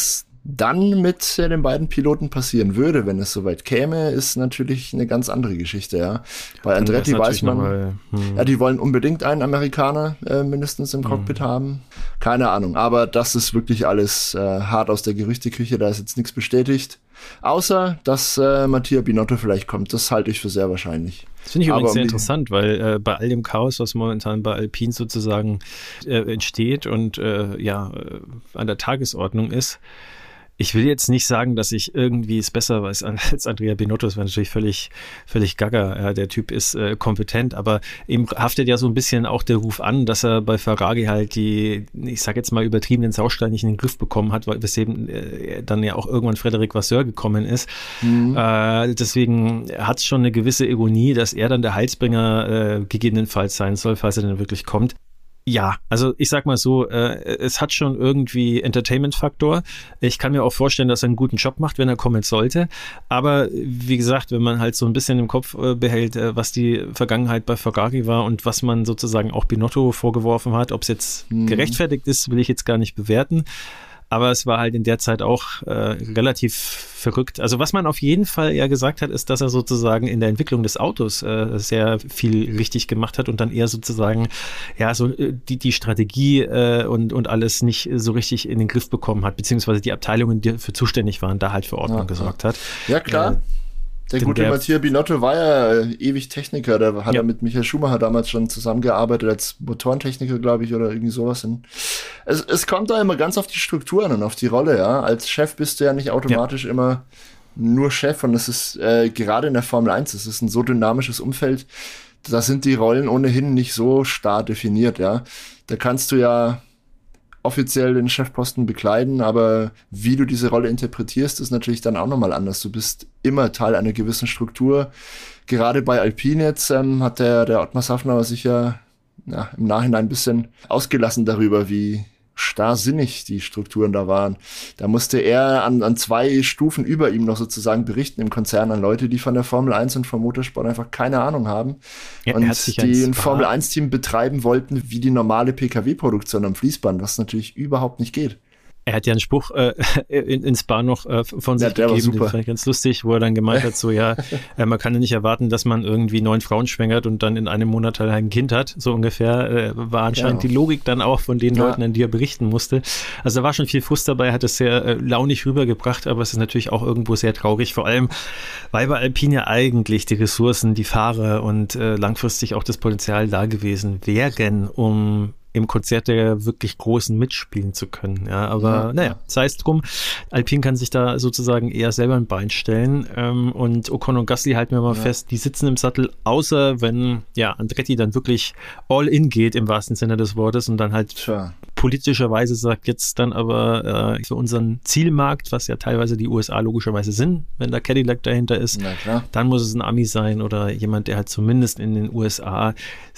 dann mit äh, den beiden Piloten passieren würde, wenn es soweit käme, ist natürlich eine ganz andere Geschichte, ja. Bei Andretti weiß man, mal, hm. ja, die wollen unbedingt einen Amerikaner äh, mindestens im Cockpit hm. haben. Keine Ahnung, aber das ist wirklich alles äh, hart aus der Gerüchteküche, da ist jetzt nichts bestätigt. Außer, dass äh, Mattia Binotto vielleicht kommt, das halte ich für sehr wahrscheinlich. Das finde ich aber übrigens um sehr interessant, weil äh, bei all dem Chaos, was momentan bei Alpine sozusagen äh, entsteht und äh, ja äh, an der Tagesordnung ist, ich will jetzt nicht sagen, dass ich irgendwie es besser weiß als Andrea Binotto, das wäre natürlich völlig, völlig gaga. Ja, der Typ ist äh, kompetent, aber ihm haftet ja so ein bisschen auch der Ruf an, dass er bei Ferrari halt die, ich sag jetzt mal übertriebenen Sausteine nicht in den Griff bekommen hat, weil weswegen äh, dann ja auch irgendwann Frédéric Vasseur gekommen ist. Mhm. Äh, deswegen hat es schon eine gewisse Ironie, dass er dann der Heilsbringer äh, gegebenenfalls sein soll, falls er dann wirklich kommt. Ja, also ich sag mal so, äh, es hat schon irgendwie Entertainment-Faktor. Ich kann mir auch vorstellen, dass er einen guten Job macht, wenn er kommen sollte. Aber wie gesagt, wenn man halt so ein bisschen im Kopf äh, behält, äh, was die Vergangenheit bei Ferrari war und was man sozusagen auch Binotto vorgeworfen hat, ob es jetzt mhm. gerechtfertigt ist, will ich jetzt gar nicht bewerten. Aber es war halt in der Zeit auch äh, relativ verrückt. Also was man auf jeden Fall ja gesagt hat, ist, dass er sozusagen in der Entwicklung des Autos äh, sehr viel richtig gemacht hat und dann eher sozusagen ja so die, die Strategie äh, und, und alles nicht so richtig in den Griff bekommen hat, beziehungsweise die Abteilungen, die dafür zuständig waren, da halt für Ordnung ja, gesorgt hat. Ja, klar. Äh, Der gute der, Mattia Binotto war ja äh, ewig Techniker, da hat ja. er mit Michael Schumacher damals schon zusammengearbeitet als Motorentechniker, glaube ich, oder irgendwie sowas. Und es, es kommt da immer ganz auf die Strukturen und auf die Rolle, ja. Als Chef bist du ja nicht automatisch ja. immer nur Chef und das ist äh, gerade in der Formel eins, das ist ein so dynamisches Umfeld, da sind die Rollen ohnehin nicht so starr definiert, ja. Da kannst du ja offiziell den Chefposten bekleiden, aber wie du diese Rolle interpretierst, ist natürlich dann auch nochmal anders. Du bist immer Teil einer gewissen Struktur. Gerade bei Alpine jetzt ähm, hat der, der Ottmar Safnauer sich ja, ja im Nachhinein ein bisschen ausgelassen darüber, wie starrsinnig die Strukturen da waren. Da musste er an, an zwei Stufen über ihm noch sozusagen berichten im Konzern an Leute, die von der Formel eins und vom Motorsport einfach keine Ahnung haben ja, und die ein Formel eins Team betreiben wollten wie die normale P K W-Produktion am Fließband, was natürlich überhaupt nicht geht. Er hat ja einen Spruch äh, in, in Spa noch äh, von sich ja, gegeben, den fand ich ganz lustig, wo er dann gemeint hat, so ja, äh, man kann ja nicht erwarten, dass man irgendwie neun Frauen schwängert und dann in einem Monat halt ein Kind hat, so ungefähr, äh, war anscheinend ja. die Logik dann auch von den ja. Leuten, an die er berichten musste. Also da war schon viel Frust dabei, hat es sehr äh, launig rübergebracht, aber es ist natürlich auch irgendwo sehr traurig, vor allem, weil bei Alpine ja eigentlich die Ressourcen, die Fahrer und äh, langfristig auch das Potenzial da gewesen wären, um im Konzert der wirklich Großen mitspielen zu können. Ja, aber ja, naja, ja. sei es drum. Alpine kann sich da sozusagen eher selber ein Bein stellen. Ähm, und Ocon und Gasly halten wir mal ja. fest, die sitzen im Sattel, außer wenn ja Andretti dann wirklich all in geht, im wahrsten Sinne des Wortes, und dann halt Tja. politischerweise sagt, jetzt dann aber äh, für unseren Zielmarkt, was ja teilweise die U S A logischerweise sind, wenn da Cadillac dahinter ist, dann muss es ein Ami sein oder jemand, der halt zumindest in den U S A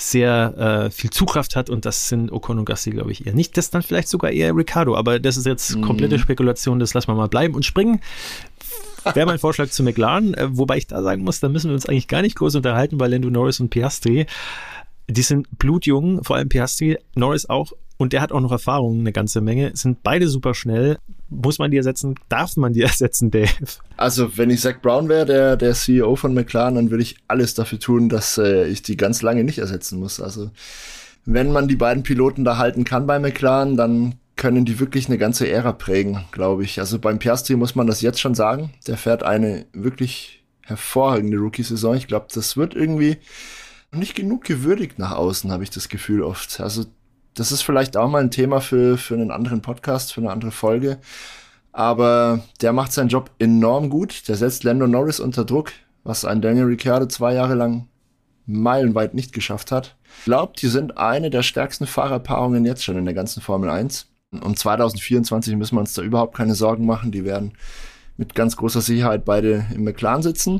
sehr äh, viel Zugkraft hat, und das sind Ocon und Gasly, glaube ich, eher nicht. Das dann vielleicht sogar eher Ricciardo, aber das ist jetzt komplette Spekulation, das lassen wir mal bleiben und springen. Wäre mein Vorschlag zu McLaren, äh, wobei ich da sagen muss, da müssen wir uns eigentlich gar nicht groß unterhalten, weil Lando Norris und Piastri, die sind blutjung, vor allem Piastri, Norris auch, und der hat auch noch Erfahrung, eine ganze Menge, sind beide super schnell. Muss man die ersetzen? Darf man die ersetzen, Dave? Also, wenn ich Zach Brown wäre, der, der C E O von McLaren, dann würde ich alles dafür tun, dass äh, ich die ganz lange nicht ersetzen muss. Also, wenn man die beiden Piloten da halten kann bei McLaren, dann können die wirklich eine ganze Ära prägen, glaube ich. Also beim Piastri muss man das jetzt schon sagen. Der fährt eine wirklich hervorragende Rookie-Saison. Ich glaube, das wird irgendwie nicht genug gewürdigt nach außen, habe ich das Gefühl oft. Also das ist vielleicht auch mal ein Thema für, für einen anderen Podcast, für eine andere Folge. Aber der macht seinen Job enorm gut. Der setzt Lando Norris unter Druck, was ein Daniel Ricciardo zwei Jahre lang meilenweit nicht geschafft hat. Ich glaube, die sind eine der stärksten Fahrerpaarungen jetzt schon in der ganzen Formel eins. Um zwanzig vierundzwanzig müssen wir uns da überhaupt keine Sorgen machen. Die werden mit ganz großer Sicherheit beide im McLaren sitzen.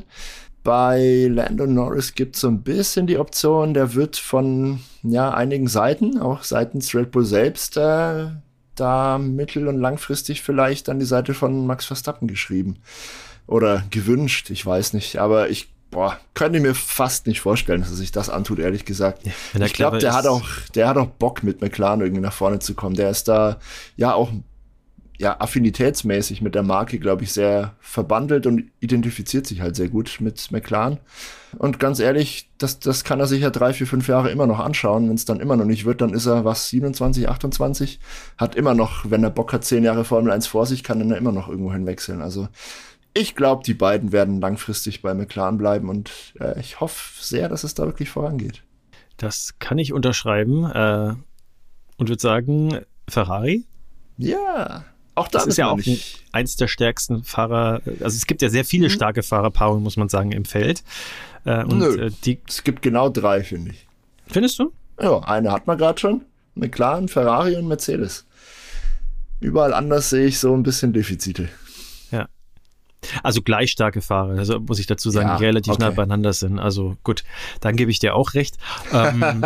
Bei Lando Norris gibt es so ein bisschen die Option, der wird von ja einigen Seiten, auch seitens Red Bull selbst, äh, da mittel- und langfristig vielleicht an die Seite von Max Verstappen geschrieben. Oder gewünscht, ich weiß nicht. Aber ich Boah, könnte mir fast nicht vorstellen, dass er sich das antut, ehrlich gesagt. Ja, ich glaube, der hat auch, der hat auch Bock, mit McLaren irgendwie nach vorne zu kommen. Der ist da ja auch ja, affinitätsmäßig mit der Marke, glaube ich, sehr verbandelt und identifiziert sich halt sehr gut mit McLaren. Und ganz ehrlich, das, das kann er sich ja drei, vier, fünf Jahre immer noch anschauen. Wenn es dann immer noch nicht wird, dann ist er, was, siebenundzwanzig, achtundzwanzig? Hat immer noch, wenn er Bock hat, zehn Jahre Formel eins vor sich, kann er immer noch irgendwo hinwechseln. Also ich glaube, die beiden werden langfristig bei McLaren bleiben und äh, ich hoffe sehr, dass es da wirklich vorangeht. Das kann ich unterschreiben äh, und würde sagen, Ferrari? Ja, auch da das ist ja auch ein, eins der stärksten Fahrer. Also es gibt ja sehr viele starke Fahrerpaarungen, muss man sagen, im Feld. Äh, und, Nö, äh, die es gibt genau drei, finde ich. Findest du? Ja, eine hat man gerade schon. McLaren, Ferrari und Mercedes. Überall anders sehe ich so ein bisschen Defizite. Ja. Also gleich starke Fahrer, also muss ich dazu sagen, ja, die relativ okay. nah beieinander sind. Also gut, dann gebe ich dir auch recht. ähm,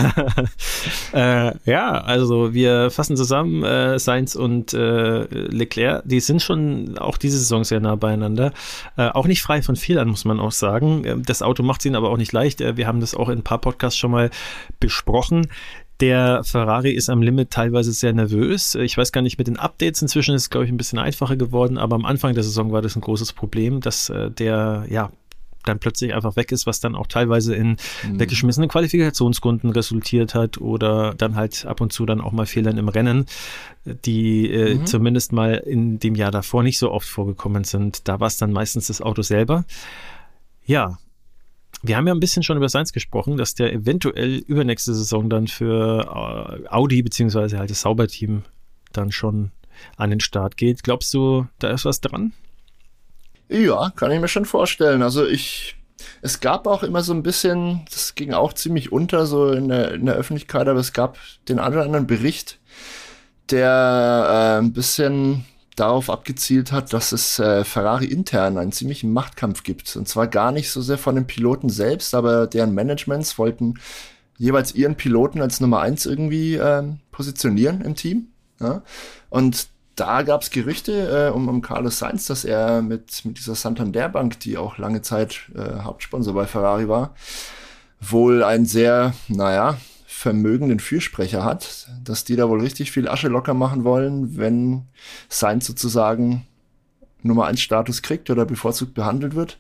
äh, ja, also wir fassen zusammen, äh, Sainz und äh, Leclerc, die sind schon auch diese Saison sehr nah beieinander. Äh, auch nicht frei von Fehlern, muss man auch sagen. Das Auto macht es ihnen aber auch nicht leicht. Wir haben das auch in ein paar Podcasts schon mal besprochen. Der Ferrari ist am Limit teilweise sehr nervös. Ich weiß gar nicht, mit den Updates inzwischen ist es, glaube ich, ein bisschen einfacher geworden, aber am Anfang der Saison war das ein großes Problem, dass äh, der, ja, dann plötzlich einfach weg ist, was dann auch teilweise in mhm. weggeschmissenen Qualifikationsrunden resultiert hat oder dann halt ab und zu dann auch mal Fehlern im Rennen, die äh, mhm. zumindest mal in dem Jahr davor nicht so oft vorgekommen sind. Da war es dann meistens das Auto selber. Ja, wir haben ja ein bisschen schon über Sainz gesprochen, dass der eventuell übernächste Saison dann für Audi beziehungsweise halt das Sauberteam dann schon an den Start geht. Glaubst du, da ist was dran? Ja, kann ich mir schon vorstellen. Also ich, es gab auch immer so ein bisschen, das ging auch ziemlich unter so in der, in der Öffentlichkeit, aber es gab den einen oder anderen Bericht, der äh, ein bisschen darauf abgezielt hat, dass es äh, Ferrari intern einen ziemlichen Machtkampf gibt. Und zwar gar nicht so sehr von den Piloten selbst, aber deren Managements wollten jeweils ihren Piloten als Nummer eins irgendwie äh, positionieren im Team. Ja? Und da gab es Gerüchte äh, um, um Carlos Sainz, dass er mit, mit dieser Santander Bank, die auch lange Zeit äh, Hauptsponsor bei Ferrari war, wohl ein sehr, naja, vermögenden Fürsprecher hat, dass die da wohl richtig viel Asche locker machen wollen, wenn Sainz sozusagen Nummer eins Status kriegt oder bevorzugt behandelt wird.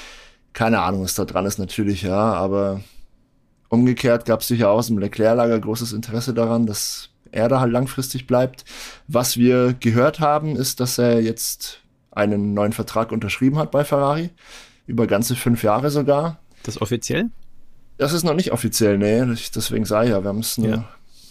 Keine Ahnung, was da dran ist natürlich, ja, aber umgekehrt gab es sicher aus dem Leclerc-Lager großes Interesse daran, dass er da halt langfristig bleibt. Was wir gehört haben, ist, dass er jetzt einen neuen Vertrag unterschrieben hat bei Ferrari, über ganze fünf Jahre sogar. Das ist offiziell? Das ist noch nicht offiziell, nee, deswegen sage ich ja, wir haben es nur ja.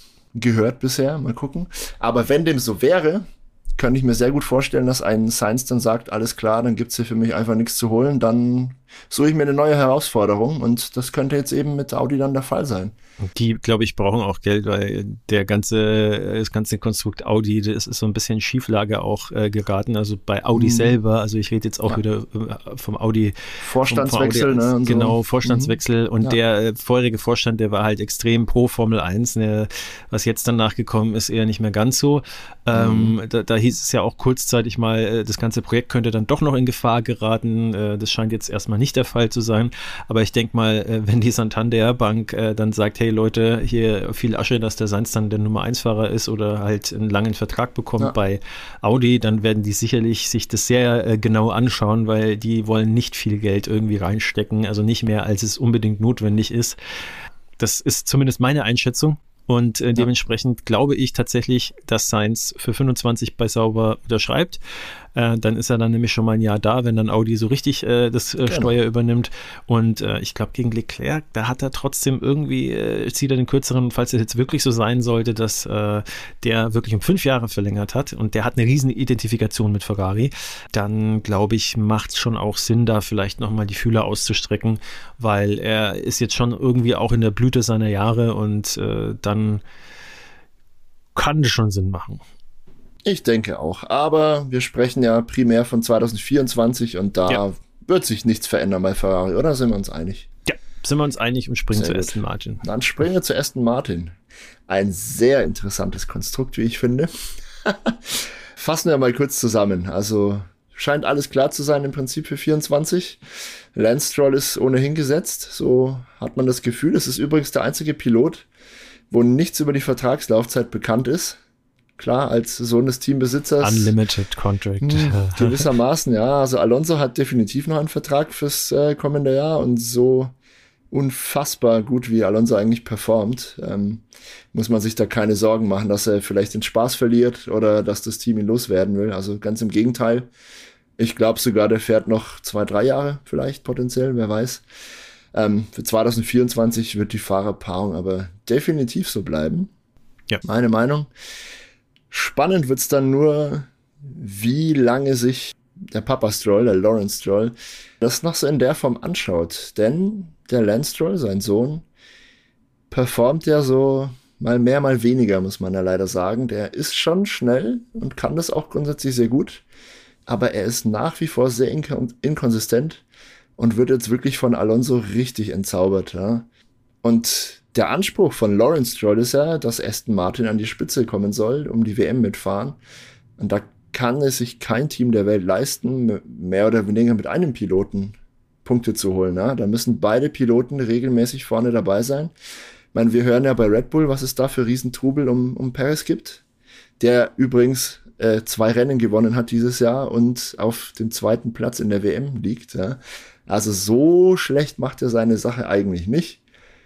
gehört bisher, mal gucken. Aber wenn dem so wäre, könnte ich mir sehr gut vorstellen, dass ein Sainz dann sagt, alles klar, dann gibt's hier für mich einfach nichts zu holen, dann suche ich mir eine neue Herausforderung und das könnte jetzt eben mit Audi dann der Fall sein. Die, glaube ich, brauchen auch Geld, weil der ganze, das ganze Konstrukt Audi, das ist so ein bisschen Schieflage auch äh, geraten, also bei Audi mhm. selber, also ich rede jetzt auch ja. wieder vom Audi. Vorstandswechsel, vom Audi, ne? Und genau, so. Vorstandswechsel mhm. und ja. der äh, vorherige Vorstand, der war halt extrem pro Formel eins, ne, was jetzt dann nachgekommen ist, eher nicht mehr ganz so. Ähm, mhm. da, da hieß es ja auch kurzzeitig mal, äh, das ganze Projekt könnte dann doch noch in Gefahr geraten, äh, das scheint jetzt erstmal nicht der Fall zu sein, aber ich denke mal, äh, wenn die Santander Bank äh, dann sagt, hey Leute, hier viel Asche, dass der Sainz dann der Nummer eins Fahrer ist oder halt einen langen Vertrag bekommt ja. bei Audi, dann werden die sicherlich sich das sehr äh, genau anschauen, weil die wollen nicht viel Geld irgendwie reinstecken, also nicht mehr, als es unbedingt notwendig ist. Das ist zumindest meine Einschätzung. Und äh, dementsprechend ja. glaube ich tatsächlich, dass Sainz für fünfundzwanzig bei Sauber unterschreibt. Äh, dann ist er dann nämlich schon mal ein Jahr da, wenn dann Audi so richtig äh, das äh, Steuer übernimmt. Und äh, ich glaube, gegen Leclerc, da hat er trotzdem irgendwie, äh, zieht er den kürzeren, falls es jetzt wirklich so sein sollte, dass äh, der wirklich um fünf Jahre verlängert hat und der hat eine riesen Identifikation mit Ferrari, dann glaube ich, macht es schon auch Sinn, da vielleicht nochmal die Fühler auszustrecken, weil er ist jetzt schon irgendwie auch in der Blüte seiner Jahre und äh, dann kann das schon Sinn machen. Ich denke auch, aber wir sprechen ja primär von zwanzig vierundzwanzig und da ja. wird sich nichts verändern bei Ferrari, oder sind wir uns einig? Ja, sind wir uns einig und springen sehr zu gut. Aston Martin. Dann springen wir zu Aston Martin. Ein sehr interessantes Konstrukt, wie ich finde. Fassen wir mal kurz zusammen. Also scheint alles klar zu sein im Prinzip für vierundzwanzig. Lance Stroll ist ohnehin gesetzt, so hat man das Gefühl. Es ist übrigens der einzige Pilot, wo nichts über die Vertragslaufzeit bekannt ist. klar, als Sohn des Teambesitzers. Unlimited Contract. Mh, gewissermaßen, ja. Also Alonso hat definitiv noch einen Vertrag fürs äh, kommende Jahr und so unfassbar gut, wie Alonso eigentlich performt, ähm, muss man sich da keine Sorgen machen, dass er vielleicht den Spaß verliert oder dass das Team ihn loswerden will. Also ganz im Gegenteil. Ich glaube sogar, der fährt noch zwei, drei Jahre vielleicht potenziell, wer weiß. Ähm, für zwanzig vierundzwanzig wird die Fahrerpaarung aber definitiv so bleiben. Ja. Meine Meinung. Spannend wird's dann nur, wie lange sich der Papa Stroll, der Lawrence Stroll, das noch so in der Form anschaut. Denn der Lance Stroll, sein Sohn, performt ja so mal mehr, mal weniger, muss man ja leider sagen. Der ist schon schnell und kann das auch grundsätzlich sehr gut. Aber er ist nach wie vor sehr inko- inkonsistent und wird jetzt wirklich von Alonso richtig entzaubert. Ja. Und der Anspruch von Lawrence Stroll ist ja, dass Aston Martin an die Spitze kommen soll, um die W M mitfahren. Und da kann es sich kein Team der Welt leisten, mehr oder weniger mit einem Piloten Punkte zu holen. Ja? Da müssen beide Piloten regelmäßig vorne dabei sein. Ich meine, wir hören ja bei Red Bull, was es da für Riesentrubel um, um Perez gibt, der übrigens äh, zwei Rennen gewonnen hat dieses Jahr und auf dem zweiten Platz in der W M liegt. Ja? Also so schlecht macht er seine Sache eigentlich nicht.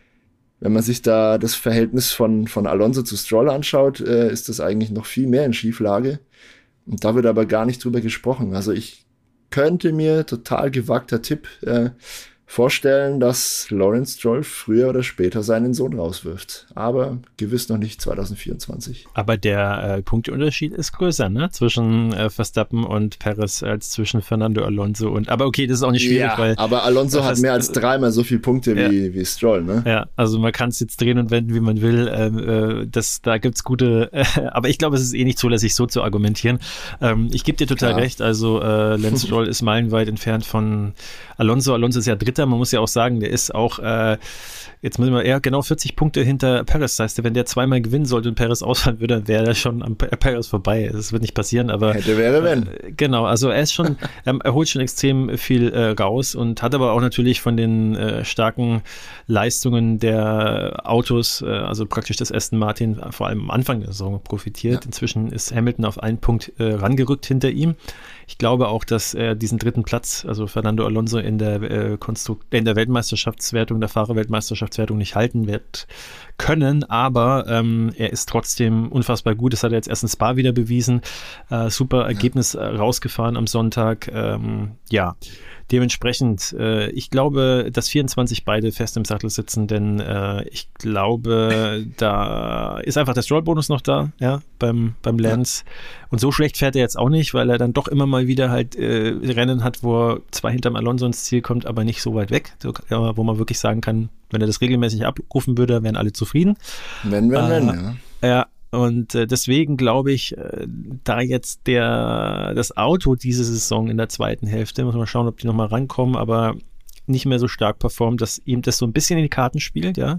Wenn man sich da das Verhältnis von, von Alonso zu Stroll anschaut, äh, ist das eigentlich noch viel mehr in Schieflage. Und da wird aber gar nicht drüber gesprochen. Also ich könnte mir, total gewagter Tipp, äh, vorstellen, dass Lawrence Stroll früher oder später seinen Sohn rauswirft. Aber gewiss noch nicht zwanzig vierundzwanzig. Aber der äh, Punkteunterschied ist größer, ne? Zwischen äh, Verstappen und Perez als zwischen Fernando Alonso und, aber okay, das ist auch nicht schwierig, ja, weil. Aber Alonso äh, hat mehr als dreimal so viele Punkte ja. wie, wie Stroll, ne? Ja, also man kann es jetzt drehen und wenden, wie man will. Ähm, äh, das, da gibt's gute, äh, aber ich glaube, es ist eh nicht zulässig, so zu argumentieren. Ähm, ich gebe dir total Klar. recht. Also äh, Lance Stroll ist meilenweit entfernt von Alonso. Alonso ist ja Dritter. Man muss ja auch sagen, der ist auch, äh, jetzt müssen wir eher genau vierzig Punkte hinter Perez. Das heißt, wenn der zweimal gewinnen sollte und Perez ausfallen würde, dann wäre er schon am Perez vorbei. Das wird nicht passieren, aber. Hätte, wäre, wenn. Äh, genau, also er ist schon, er holt schon extrem viel äh, raus und hat aber auch natürlich von den äh, starken Leistungen der Autos, äh, also praktisch das Aston Martin, vor allem am Anfang der Saison profitiert. Ja. Inzwischen ist Hamilton auf einen Punkt äh, rangerückt hinter ihm. Ich glaube auch, dass er diesen dritten Platz, also Fernando Alonso in der, äh, Konstrukt- in der Weltmeisterschaftswertung, der Fahrerweltmeisterschaftswertung nicht halten wird können, aber ähm, er ist trotzdem unfassbar gut. Das hat er jetzt erst in Spa wieder bewiesen. Äh, super Ergebnis äh, rausgefahren am Sonntag. Ähm, ja, dementsprechend, äh, ich glaube, dass vierundzwanzig beide fest im Sattel sitzen, denn äh, ich glaube, da ist einfach der Stroll-Bonus noch da, ja, beim, beim Lance. Ja. Und so schlecht fährt er jetzt auch nicht, weil er dann doch immer mal wieder halt äh, Rennen hat, wo er zwar hinterm Alonso ins Ziel kommt, aber nicht so weit weg, so, ja, wo man wirklich sagen kann, wenn er das regelmäßig abrufen würde, wären alle zufrieden. Wenn, wenn, äh, wenn, ja. Ja, und äh, deswegen glaube ich, äh, da jetzt der das Auto diese Saison in der zweiten Hälfte, muss man schauen, ob die nochmal rankommen, aber nicht mehr so stark performt, dass ihm das so ein bisschen in die Karten spielt, ja.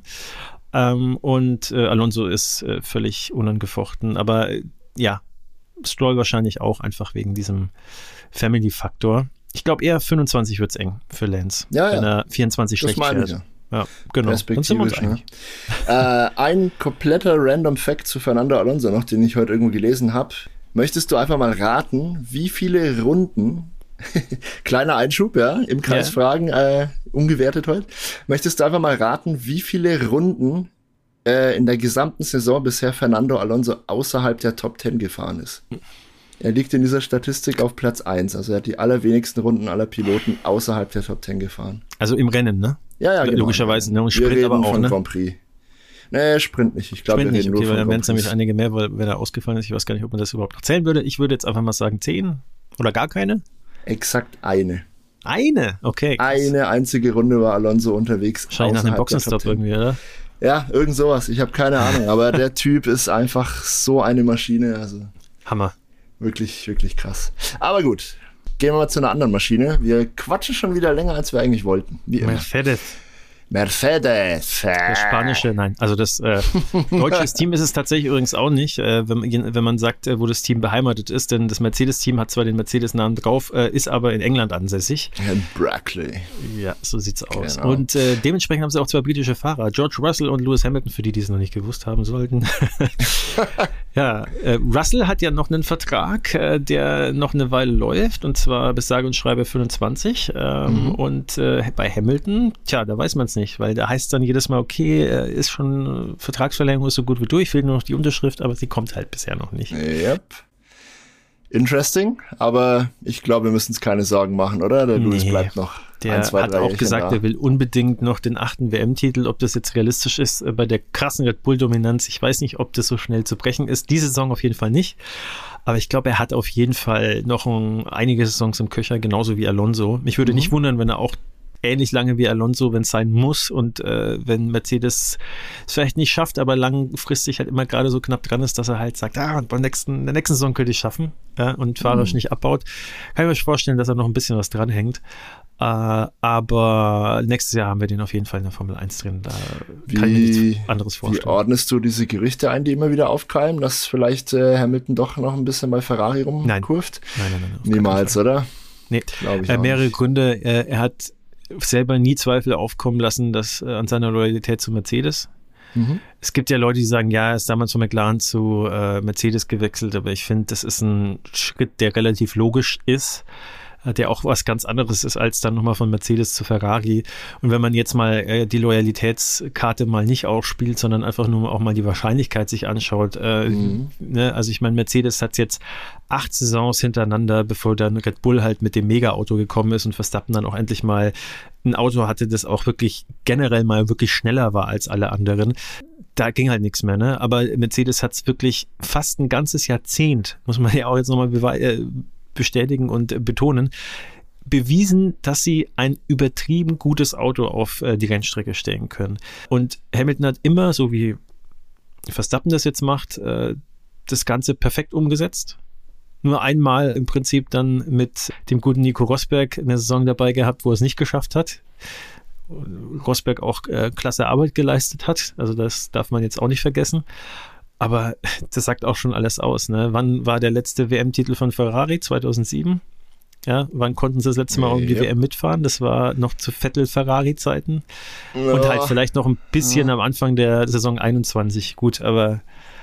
Ähm, und äh, Alonso ist äh, völlig unangefochten, aber äh, ja, Stroll wahrscheinlich auch einfach wegen diesem Family-Faktor. Ich glaube eher fünfundzwanzig wird es eng für Lance, ja, wenn ja. er vierundzwanzig das schlecht fährt. Ja. Ja, genau. Perspektivisch, ne? äh, ein kompletter Random Fact zu Fernando Alonso noch, den ich heute irgendwo gelesen habe. Möchtest du einfach mal raten, wie viele Runden, kleiner Einschub, ja, im Kreisfragen, ja. äh, ungewertet heute, möchtest du einfach mal raten, wie viele Runden äh, in der gesamten Saison bisher Fernando Alonso außerhalb der Top Ten gefahren ist? Er liegt in dieser Statistik auf Platz eins, also er hat die allerwenigsten Runden aller Piloten außerhalb der Top Ten gefahren. Also im Rennen, ne? Ja, ja, genau. Logischerweise, ne? Und Sprint aber auch, von ne? Grand Prix. Nee, Sprint nicht. Ich glaube, wir Sprint reden nicht, okay, nur weil von dann wären es Grand Prix. nämlich einige mehr, weil wenn er ausgefallen ist, ich weiß gar nicht, ob man das überhaupt noch zählen würde. Ich würde jetzt einfach mal sagen zehn oder gar keine. Exakt eine. Eine? Okay. Krass. Eine einzige Runde war Alonso unterwegs. Wahrscheinlich nach einem Boxenstopp irgendwie, oder? Ja, irgend sowas. Ich habe keine Ahnung, aber der Typ ist einfach so eine Maschine. Also Hammer. Wirklich, wirklich krass. Aber gut, gehen wir mal zu einer anderen Maschine. Wir quatschen schon wieder länger, als wir eigentlich wollten. Wie immer. Mercedes. Mercedes. Das spanische, nein. Also das äh, deutsche Team ist es tatsächlich übrigens auch nicht, äh, wenn, wenn man sagt, äh, wo das Team beheimatet ist, denn das Mercedes-Team hat zwar den Mercedes-Namen drauf, äh, ist aber in England ansässig. In Brackley. Ja, so sieht's aus. Genau. Und äh, dementsprechend haben sie auch zwei britische Fahrer, George Russell und Lewis Hamilton, für die, die es noch nicht gewusst haben sollten. Ja, äh, Russell hat ja noch einen Vertrag, äh, der noch eine Weile läuft, und zwar bis sage und schreibe fünfundzwanzig. Ähm, mhm. Und äh, bei Hamilton, tja, da weiß man es nicht, weil da heißt es dann jedes Mal, okay, äh, ist schon Vertragsverlängerung ist so gut wie durch, fehlt nur noch die Unterschrift, aber sie kommt halt bisher noch nicht. Yep. Interesting, aber ich glaube, wir müssen uns keine Sorgen machen, oder? Der nee, Lewis bleibt noch der ein, zwei, hat drei auch Jährchen gesagt, da. er will unbedingt noch den achten W M-Titel. Ob das jetzt realistisch ist bei der krassen Red Bull-Dominanz, ich weiß nicht, ob das so schnell zu brechen ist. Diese Saison auf jeden Fall nicht, aber ich glaube, er hat auf jeden Fall noch ein, einige Saisons im Köcher, genauso wie Alonso. Mich würde mhm. nicht wundern, wenn er auch ähnlich lange wie Alonso, wenn es sein muss, und äh, wenn Mercedes es vielleicht nicht schafft, aber langfristig halt immer gerade so knapp dran ist, dass er halt sagt, ah, beim nächsten, in der nächsten Saison könnte ich schaffen, ja, und fahrerisch mhm. nicht abbaut. Kann ich mir vorstellen, dass er noch ein bisschen was dranhängt. Äh, aber nächstes Jahr haben wir den auf jeden Fall in der Formel eins drin. Da wie, kann ich mir nichts anderes vorstellen. Wie ordnest du diese Gerüchte ein, die immer wieder aufkeimen, dass vielleicht äh, Hamilton doch noch ein bisschen bei Ferrari rumkurft? Nein, nein, nein. nein Niemals, oder? Nee, Glaube ich äh, mehrere nicht. Gründe. Äh, er hat selber nie Zweifel aufkommen lassen, dass äh, an seiner Loyalität zu Mercedes. Mhm. Es gibt ja Leute, die sagen, ja, er ist damals von McLaren zu äh, Mercedes gewechselt, aber ich finde, das ist ein Schritt, der relativ logisch ist, äh, der auch was ganz anderes ist, als dann nochmal von Mercedes zu Ferrari. Und wenn man jetzt mal äh, die Loyalitätskarte mal nicht aufspielt, sondern einfach nur auch mal die Wahrscheinlichkeit sich anschaut. Äh, mhm. ne? Also ich meine, Mercedes hat jetzt acht Saisons hintereinander, bevor dann Red Bull halt mit dem Mega-Auto gekommen ist und Verstappen dann auch endlich mal ein Auto hatte, das auch wirklich generell mal wirklich schneller war als alle anderen. Da ging halt nichts mehr, ne? Aber Mercedes hat es wirklich fast ein ganzes Jahrzehnt, muss man ja auch jetzt nochmal bewe- äh, bestätigen und betonen, bewiesen, dass sie ein übertrieben gutes Auto auf äh, die Rennstrecke stellen können. Und Hamilton hat immer, so wie Verstappen das jetzt macht, äh, das Ganze perfekt umgesetzt. Nur einmal im Prinzip dann mit dem guten Nico Rosberg eine Saison dabei gehabt, wo er es nicht geschafft hat. Rosberg auch äh, klasse Arbeit geleistet hat, also das darf man jetzt auch nicht vergessen. Aber das sagt auch schon alles aus, ne? Wann war der letzte W M-Titel von Ferrari? zweitausendsieben? Ja, wann konnten sie das letzte Mal um die ja. W M mitfahren? Das war noch zu Vettel-Ferrari-Zeiten. Ja. Und halt vielleicht noch ein bisschen ja. am Anfang der Saison einundzwanzig. Gut, aber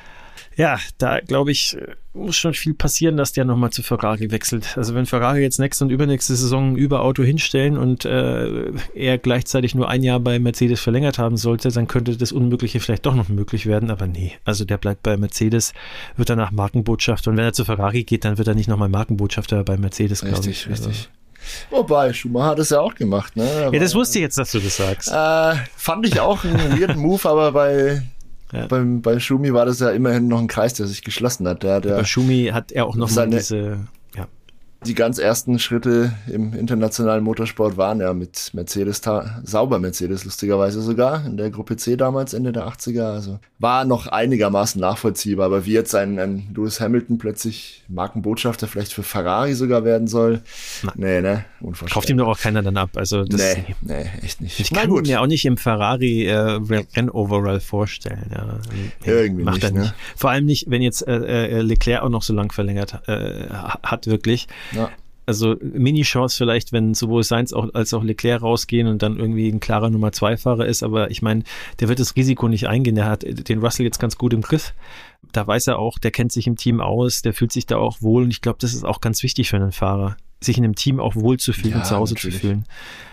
ja, da glaube ich, muss schon viel passieren, dass der nochmal zu Ferrari wechselt. Also wenn Ferrari jetzt nächste und übernächste Saison ein Überauto hinstellen und äh, er gleichzeitig nur ein Jahr bei Mercedes verlängert haben sollte, dann könnte das Unmögliche vielleicht doch noch möglich werden, aber nee. Also der bleibt bei Mercedes, wird danach Markenbotschafter, und wenn er zu Ferrari geht, dann wird er nicht nochmal Markenbotschafter bei Mercedes, glaube ich. Richtig, richtig. Wobei, Schumacher hat es ja auch gemacht, ne? Aber, ja, das wusste ich jetzt, dass du das sagst. Äh, fand ich auch einen weirden Move, aber bei Ja. Beim, bei Schumi war das ja immerhin noch ein Kreis, der sich geschlossen hat. Der, der bei Schumi hat er auch noch seine, mal diese, ja. Die ganz ersten Schritte im internationalen Motorsport waren ja mit Mercedes, sauber Mercedes lustigerweise sogar, in der Gruppe C damals, Ende der achtziger. Also war noch einigermaßen nachvollziehbar, aber wie jetzt ein, ein Lewis Hamilton plötzlich Markenbotschafter vielleicht für Ferrari sogar werden soll, Nein. nee, ne, unvorstellbar. Kauft ihm doch auch keiner dann ab. Also das, nee, nee, echt nicht. Ich kann gut. mir auch nicht im Ferrari äh, Rennoverall vorstellen. Ja. Nee, Irgendwie macht nicht, er ne? nicht. Vor allem nicht, wenn jetzt äh, Leclerc auch noch so lang verlängert äh, hat, wirklich. Ja. Also Mini-Chance vielleicht, wenn sowohl Sainz auch, als auch Leclerc rausgehen und dann irgendwie ein klarer Nummer zwei Fahrer ist, aber ich meine, der wird das Risiko nicht eingehen, der hat den Russell jetzt ganz gut im Griff, da weiß er auch, der kennt sich im Team aus, der fühlt sich da auch wohl, und ich glaube, das ist auch ganz wichtig für einen Fahrer, sich in einem Team auch wohl zu fühlen, ja, und zu Hause natürlich. zu fühlen.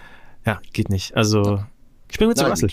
Ja, geht nicht. Also, springen wir zu Nein. Russell.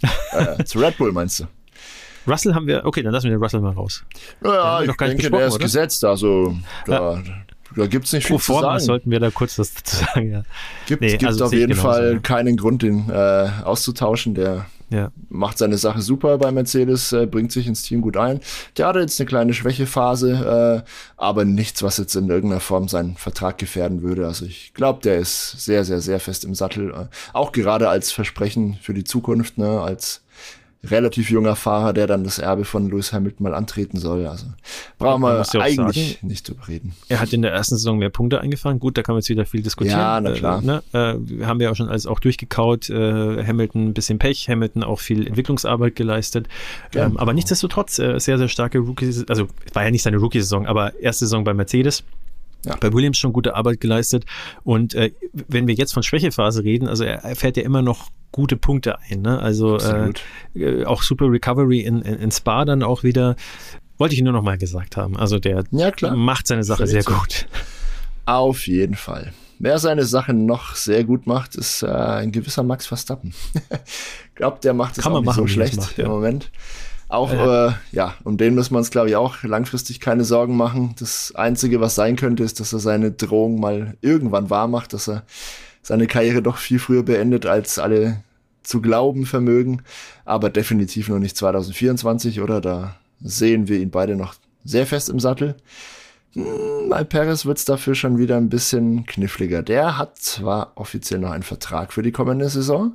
Äh, zu Red Bull meinst du? Russell haben wir, okay, dann lassen wir den Russell mal raus. Naja, ich denke, der ist oder? gesetzt, also da... Ja. Da gibt es nicht viel zu sagen. Sollten wir da kurz was dazu sagen, ja. Gibt, nee, gibt also auf jeden Fall so, ja. keinen Grund, den äh, auszutauschen. Der ja. macht seine Sache super bei Mercedes, äh, bringt sich ins Team gut ein. Der hatte jetzt eine kleine Schwächephase, äh, aber nichts, was jetzt in irgendeiner Form seinen Vertrag gefährden würde. Also ich glaube, der ist sehr, sehr, sehr fest im Sattel. Äh, auch gerade als Versprechen für die Zukunft, ne, als relativ junger Fahrer, der dann das Erbe von Lewis Hamilton mal antreten soll. Also brauchen wir ja eigentlich sagen, nicht drüber reden. Er hat in der ersten Saison mehr Punkte eingefahren. Gut, da kann man jetzt wieder viel diskutieren. Ja, na klar. Äh, ne? äh, haben wir auch schon alles auch durchgekaut. Äh, Hamilton ein bisschen Pech, Hamilton auch viel Entwicklungsarbeit geleistet. Ja, ähm, aber nichtsdestotrotz äh, sehr, sehr starke Rookie, also war ja nicht seine Rookie-Saison, aber erste Saison bei Mercedes. Ja. Bei Williams schon gute Arbeit geleistet, und äh, wenn wir jetzt von Schwächephase reden, also er, er fährt ja immer noch gute Punkte ein, ne? Also äh, äh, auch super Recovery in, in, in Spa dann auch wieder, Wollte ich nur noch mal gesagt haben. Also der ja, klar. macht seine Sache sehr gut. Auf jeden Fall. Wer seine Sache noch sehr gut macht, ist äh, ein gewisser Max Verstappen. Ich glaube, der macht es auch nicht machen, so schlecht macht, ja. im Moment. Auch, ja, äh, ja um den muss man uns, glaube ich, auch langfristig keine Sorgen machen. Das Einzige, was sein könnte, ist, dass er seine Drohung mal irgendwann wahr macht, dass er seine Karriere doch viel früher beendet, als alle zu glauben vermögen. Aber definitiv noch nicht zwanzig vierundzwanzig, oder? Da sehen wir ihn beide noch sehr fest im Sattel. Bei Perez wird's dafür schon wieder ein bisschen kniffliger. Der hat zwar offiziell noch einen Vertrag für die kommende Saison,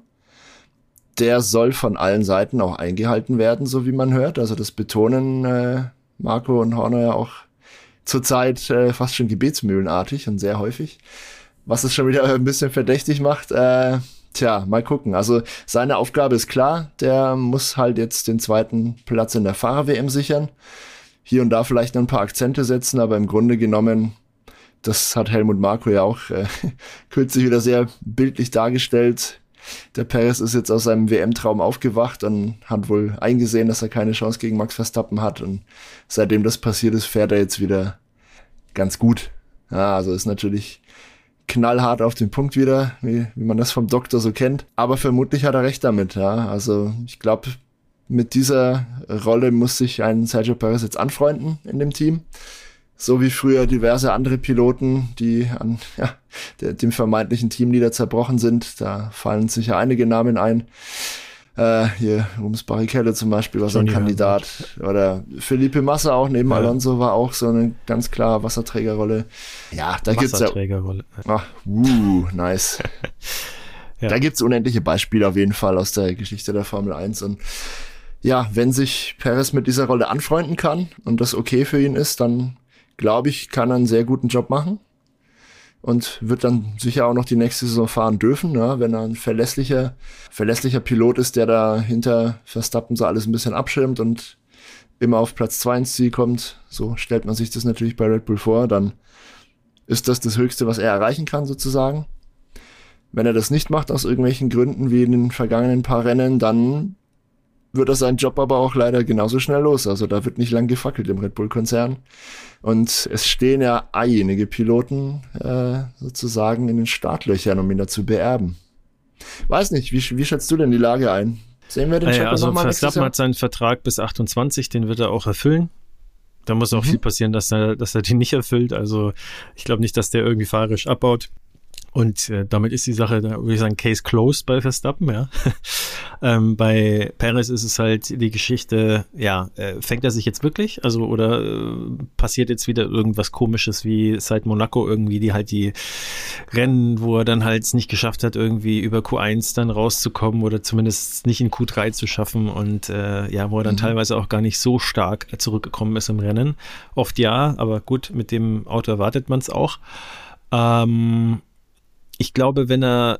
der soll von allen Seiten auch eingehalten werden, so wie man hört. Also das betonen äh, Marco und Horner ja auch zurzeit äh, fast schon gebetsmühlenartig und sehr häufig. Was es schon wieder ein bisschen verdächtig macht, äh, tja, mal gucken. Also seine Aufgabe ist klar, der muss halt jetzt den zweiten Platz in der Fahrer-W M sichern. Hier und da vielleicht noch ein paar Akzente setzen, aber im Grunde genommen, das hat Helmut Marko ja auch äh, kürzlich wieder sehr bildlich dargestellt. Der Perez ist jetzt aus seinem W M-Traum aufgewacht und hat wohl eingesehen, dass er keine Chance gegen Max Verstappen hat. Und seitdem das passiert ist, fährt er jetzt wieder ganz gut. Ja, also ist natürlich knallhart auf den Punkt wieder, wie, wie man das vom Doktor so kennt. Aber vermutlich hat er recht damit. Ja, also ich glaube, mit dieser Rolle muss sich ein Sergio Perez jetzt anfreunden in dem Team. So wie früher diverse andere Piloten, die an ja, der, dem vermeintlichen Teamleader zerbrochen sind. Da fallen sicher einige Namen ein. Äh, hier Rubens Barrichello zum Beispiel war so ein Kandidat. Oder Felipe Massa auch neben ja. Alonso war auch so eine ganz klare Wasserträgerrolle. Ja, da gibt's ja. Wasserträgerrolle. Ach, uh, nice. ja. Da gibt's unendliche Beispiele auf jeden Fall aus der Geschichte der Formel eins. Und ja, wenn sich Perez mit dieser Rolle anfreunden kann und das okay für ihn ist, dann glaube ich, kann er einen sehr guten Job machen und wird dann sicher auch noch die nächste Saison fahren dürfen, ne? Wenn er ein verlässlicher, verlässlicher Pilot ist, der da hinter Verstappen so alles ein bisschen abschirmt und immer auf Platz zwei ins Ziel kommt. So stellt man sich das natürlich bei Red Bull vor, dann ist das das Höchste, was er erreichen kann sozusagen. Wenn er das nicht macht aus irgendwelchen Gründen wie in den vergangenen paar Rennen, dann wird er seinen Job aber auch leider genauso schnell los. Also da wird nicht lang gefackelt im Red Bull-Konzern. Und es stehen ja einige Piloten äh, sozusagen in den Startlöchern, um ihn dazu beerben. Weiß nicht, wie, wie schätzt du denn die Lage ein? Sehen wir den Checo äh, also nochmal nächstes Jahr? Verstappen hat seinen Vertrag bis achtundzwanzig, den wird er auch erfüllen. Da muss auch mhm. viel passieren, dass er, dass er den nicht erfüllt. Also ich glaube nicht, dass der irgendwie fahrerisch abbaut. Und äh, damit ist die Sache, da würde ich sagen, Case closed bei Verstappen, ja. ähm, bei Perez ist es halt die Geschichte, ja, äh, fängt er sich jetzt wirklich? Also, oder äh, passiert jetzt wieder irgendwas Komisches wie seit Monaco irgendwie, die halt die Rennen, wo er dann halt es nicht geschafft hat, irgendwie über Q eins dann rauszukommen oder zumindest nicht in Q drei zu schaffen und äh, ja, wo er dann mhm. teilweise auch gar nicht so stark zurückgekommen ist im Rennen. Oft ja, aber gut, mit dem Auto erwartet man es auch. Ähm, Ich glaube, wenn er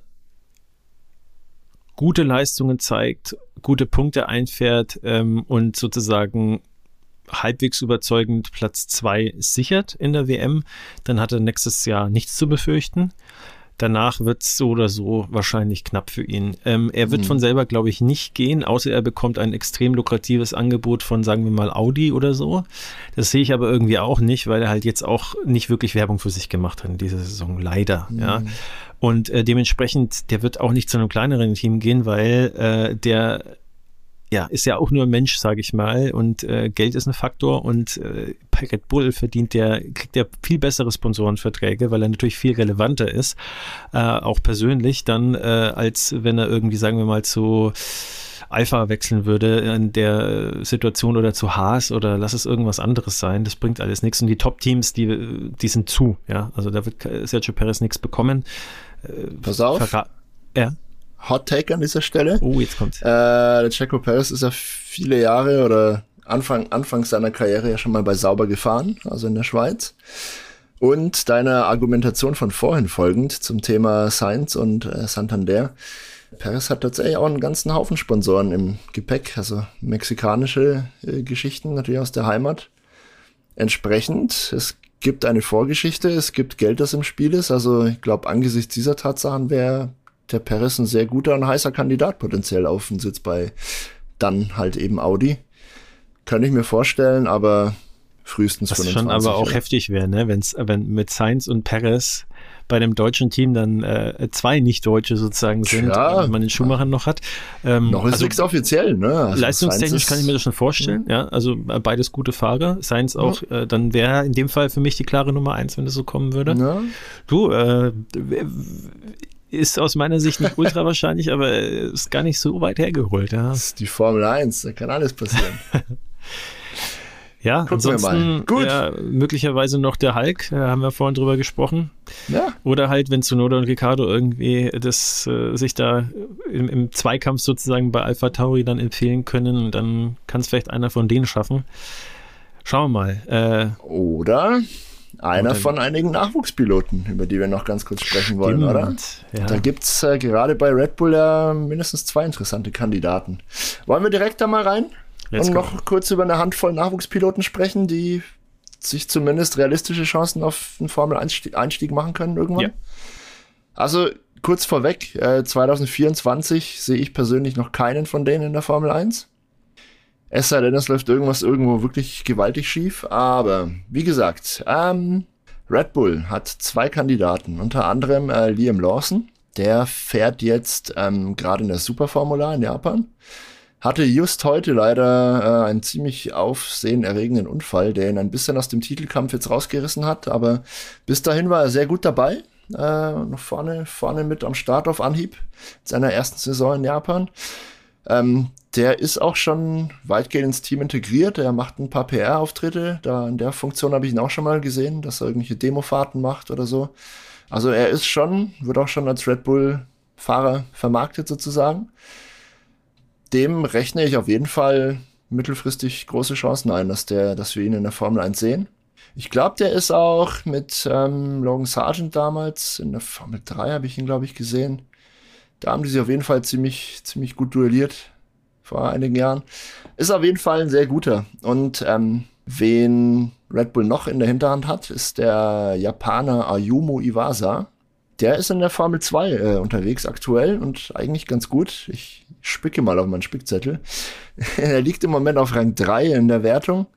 gute Leistungen zeigt, gute Punkte einfährt ähm, und sozusagen halbwegs überzeugend Platz zwei sichert in der W M, dann hat er nächstes Jahr nichts zu befürchten. Danach wird es so oder so wahrscheinlich knapp für ihn. Ähm, er wird mhm. von selber, glaube ich, nicht gehen, außer er bekommt ein extrem lukratives Angebot von, sagen wir mal, Audi oder so. Das sehe ich aber irgendwie auch nicht, weil er halt jetzt auch nicht wirklich Werbung für sich gemacht hat in dieser Saison, leider. Mhm. Ja. Und äh, dementsprechend, der wird auch nicht zu einem kleineren Team gehen, weil äh, der ja, ist ja auch nur ein Mensch, sage ich mal, und äh, Geld ist ein Faktor und äh, bei Red Bull verdient der, kriegt der viel bessere Sponsorenverträge, weil er natürlich viel relevanter ist, äh, auch persönlich dann, äh, als wenn er irgendwie, sagen wir mal, zu Alpha wechseln würde in der Situation oder zu Haas oder lass es irgendwas anderes sein, das bringt alles nichts und die Top-Teams, die, die sind zu, ja, also da wird Sergio Perez nichts bekommen. Äh, Pass auf. Verra- ja. Hot Take an dieser Stelle. Oh, jetzt kommt's. Äh, der Checo Perez ist ja viele Jahre oder Anfang, Anfang seiner Karriere ja schon mal bei Sauber gefahren, also in der Schweiz. Und deiner Argumentation von vorhin folgend zum Thema Sainz und äh, Santander. Perez hat tatsächlich auch einen ganzen Haufen Sponsoren im Gepäck, also mexikanische äh, Geschichten natürlich aus der Heimat. Entsprechend, es gibt eine Vorgeschichte, es gibt Geld, das im Spiel ist. Also ich glaube, angesichts dieser Tatsachen wäre der Perez ein sehr guter und heißer Kandidat potenziell auf den Sitz bei dann halt eben Audi. Könnte ich mir vorstellen, aber frühestens Was fünfundzwanzig. schon aber auch oder? heftig wäre, ne? Wenn's, wenn mit Sainz und Perez bei dem deutschen Team dann äh, zwei Nicht-Deutsche sozusagen sind Ja. und man den Schumacher noch hat. Ähm, Noch ist also nichts offiziell, ne? Also leistungstechnisch Sainz kann ich mir das schon vorstellen, ja. Also äh, beides gute Fahrer. Sainz auch, Ja. äh, dann wäre er in dem Fall für mich die klare Nummer eins, wenn das so kommen würde. Ja. Du, äh, ist aus meiner Sicht nicht ultra wahrscheinlich, aber ist gar nicht so weit hergeholt, ja. Das ist die Formel eins, da kann alles passieren. Ja, Gucken wir ansonsten mal. Gut. Ja, möglicherweise noch der Hulk, äh, haben wir vorhin drüber gesprochen. Ja. Oder halt, wenn Tsunoda und Ricciardo irgendwie das äh, sich da im, im Zweikampf sozusagen bei AlphaTauri dann empfehlen können, dann kann es vielleicht einer von denen schaffen. Schauen wir mal. Äh, Oder einer Oder- von einigen Nachwuchspiloten, über die wir noch ganz kurz sprechen wollen, stimmt, oder? Ja. Da gibt es äh, gerade bei Red Bull ja mindestens zwei interessante Kandidaten. Wollen wir direkt da mal rein? Let's und go. noch kurz über eine Handvoll Nachwuchspiloten sprechen, die sich zumindest realistische Chancen auf einen Formel-Einstieg machen können irgendwann. Ja. Also kurz vorweg, äh, zwanzig vierundzwanzig sehe ich persönlich noch keinen von denen in der Formel eins. Es sei denn, es läuft irgendwas irgendwo wirklich gewaltig schief. Aber wie gesagt, ähm, Red Bull hat zwei Kandidaten, unter anderem äh, Liam Lawson. Der fährt jetzt ähm, gerade in der Superformula in Japan. Hatte just heute leider äh, einen ziemlich aufsehenerregenden Unfall, der ihn ein bisschen aus dem Titelkampf jetzt rausgerissen hat. Aber bis dahin war er sehr gut dabei. Äh, noch vorne, vorne mit am Start auf Anhieb in seiner ersten Saison in Japan. Ähm, der ist auch schon weitgehend ins Team integriert. Er macht ein paar P R-Auftritte. Da in der Funktion habe ich ihn auch schon mal gesehen, dass er irgendwelche Demofahrten macht oder so. Also er ist schon, wird auch schon als Red Bull-Fahrer vermarktet sozusagen. Dem rechne ich auf jeden Fall mittelfristig große Chancen ein, dass, der, dass wir ihn in der Formel eins sehen. Ich glaube, der ist auch mit ähm, Logan Sargent damals in der Formel drei, habe ich ihn, glaube ich, gesehen. Da haben die sich auf jeden Fall ziemlich, ziemlich gut duelliert vor einigen Jahren. Ist auf jeden Fall ein sehr guter. Und ähm, wen Red Bull noch in der Hinterhand hat, ist der Japaner Ayumu Iwasa. Der ist in der Formel zwei äh, unterwegs aktuell und eigentlich ganz gut. Ich spicke mal auf meinen Spickzettel. Er liegt im Moment auf Rang drei in der Wertung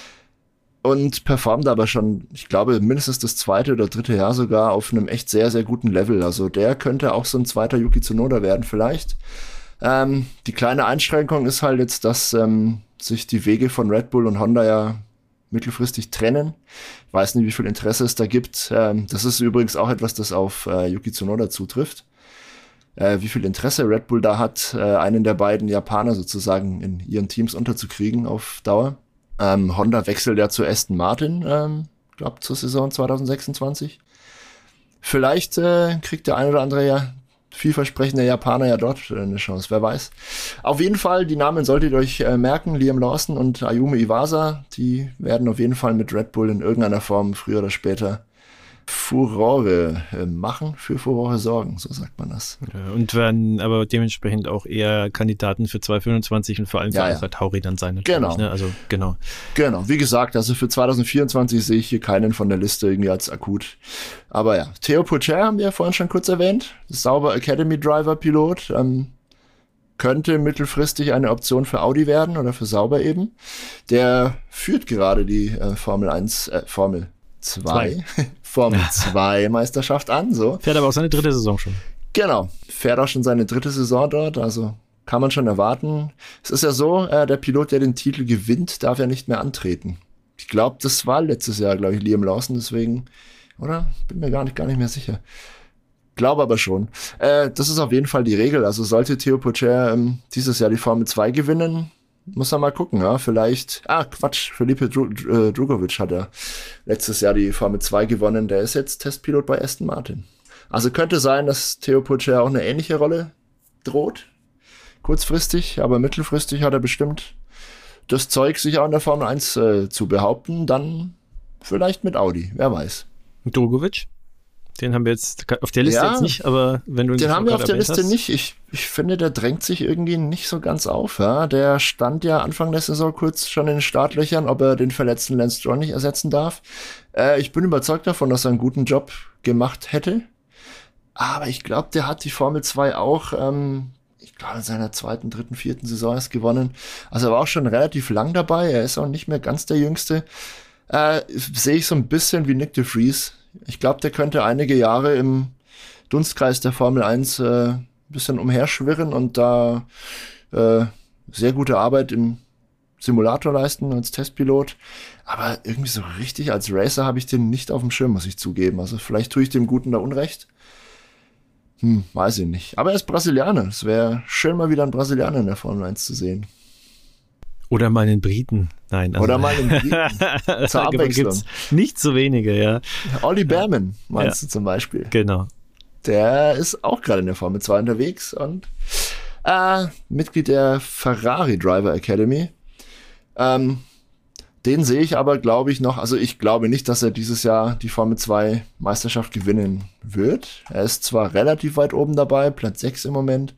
und performt aber schon, ich glaube, mindestens das zweite oder dritte Jahr sogar auf einem echt sehr, sehr guten Level. Also der könnte auch so ein zweiter Yuki Tsunoda werden vielleicht. Ähm, die kleine Einschränkung ist halt jetzt, dass ähm, sich die Wege von Red Bull und Honda ja mittelfristig trennen. Ich weiß nicht, wie viel Interesse es da gibt. Ähm, das ist übrigens auch etwas, das auf äh, Yuki Tsunoda zutrifft. Äh, wie viel Interesse Red Bull da hat, äh, einen der beiden Japaner sozusagen in ihren Teams unterzukriegen auf Dauer. Ähm, Honda wechselt ja zu Aston Martin, ähm, glaube zur Saison zwanzig sechsundzwanzig. Vielleicht äh, kriegt der ein oder andere ja vielversprechende Japaner ja dort eine Chance, wer weiß. Auf jeden Fall, die Namen solltet ihr euch äh, merken, Liam Lawson und Ayumu Iwasa, die werden auf jeden Fall mit Red Bull in irgendeiner Form früher oder später Furore äh, machen, für Furore sorgen, so sagt man das. Und werden aber dementsprechend auch eher Kandidaten für zwanzig fünfundzwanzig und vor allem für Ja, ja. AlphaTauri dann sein. natürlich, Genau. Ne? Also genau. Genau, wie gesagt, also für zwanzig vierundzwanzig sehe ich hier keinen von der Liste irgendwie als akut. Aber ja, Theo Pourchaire haben wir ja vorhin schon kurz erwähnt, Sauber Academy Driver Pilot, ähm, könnte mittelfristig eine Option für Audi werden oder für Sauber eben. Der führt gerade die äh, Formel eins, äh, Formel zwei, Formel zwei Meisterschaft an, so. Fährt aber auch seine dritte Saison schon. Genau, fährt auch schon seine dritte Saison dort, also kann man schon erwarten. Es ist ja so, äh, der Pilot, der den Titel gewinnt, darf ja nicht mehr antreten. Ich glaube, das war letztes Jahr, glaube ich, Liam Lawson, deswegen, oder? Bin mir gar nicht, gar nicht mehr sicher. Glaube aber schon. Äh, das ist auf jeden Fall die Regel. Also sollte Theo Pourchaire ähm, dieses Jahr die Formel zwei gewinnen, muss er mal gucken, ja. Vielleicht, ah, Quatsch, Felipe Dru äh, Drugovich hat er letztes Jahr die Formel zwei gewonnen. Der ist jetzt Testpilot bei Aston Martin. Also könnte sein, dass Theo Pourchaire auch eine ähnliche Rolle droht. Kurzfristig, aber mittelfristig hat er bestimmt das Zeug, sich auch in der Formel eins äh, zu behaupten. Dann vielleicht mit Audi, wer weiß. Drogovic? Den haben wir jetzt auf der Liste Ja, jetzt nicht, aber wenn du ihn Den haben wir auf gerade der erwähnt Liste hast. nicht. Ich, ich finde, der drängt sich irgendwie nicht so ganz auf. Ja? Der stand ja Anfang der Saison kurz schon in den Startlöchern, ob er den verletzten Lance Stroll nicht ersetzen darf. Äh, ich bin überzeugt davon, dass er einen guten Job gemacht hätte. Aber ich glaube, der hat die Formel zwei auch, ähm, ich glaube in seiner zweiten, dritten, vierten Saison erst gewonnen. Also er war auch schon relativ lang dabei. Er ist auch nicht mehr ganz der Jüngste. Äh, sehe ich so ein bisschen wie Nick de Vries. Ich glaube, der könnte einige Jahre im Dunstkreis der Formel eins äh, ein bisschen umherschwirren und da äh, sehr gute Arbeit im Simulator leisten als Testpilot. Aber irgendwie so richtig als Racer habe ich den nicht auf dem Schirm, muss ich zugeben. Also vielleicht tue ich dem Guten da Unrecht. Hm, weiß ich nicht. Aber er ist Brasilianer. Es wäre schön, mal wieder einen Brasilianer in der Formel eins zu sehen. Oder mal einen Briten. Nein. Also Oder mal einen Briten. Zur Abwechslung. Nicht so wenige, ja. Olli Behrman meinst ja. du zum Beispiel. Genau. Der ist auch gerade in der Formel zwei unterwegs und äh, Mitglied der Ferrari Driver Academy. Ähm, den sehe ich aber, glaube ich, noch, also ich glaube nicht, dass er dieses Jahr die Formel zwei Meisterschaft gewinnen wird. Er ist zwar relativ weit oben dabei, Platz sechs im Moment,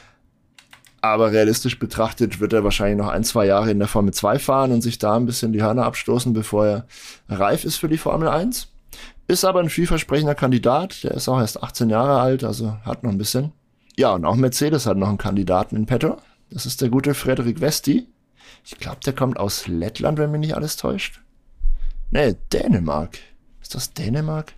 aber realistisch betrachtet wird er wahrscheinlich noch ein, zwei Jahre in der Formel zwei fahren und sich da ein bisschen die Hörner abstoßen, bevor er reif ist für die Formel eins. Ist aber ein vielversprechender Kandidat, der ist auch erst achtzehn Jahre alt, also hat noch ein bisschen. Ja, und auch Mercedes hat noch einen Kandidaten in petto. Das ist der gute Frederik Vesti. Ich glaube, der kommt aus Lettland, wenn mich nicht alles täuscht. Nee, Dänemark. Ist das Dänemark?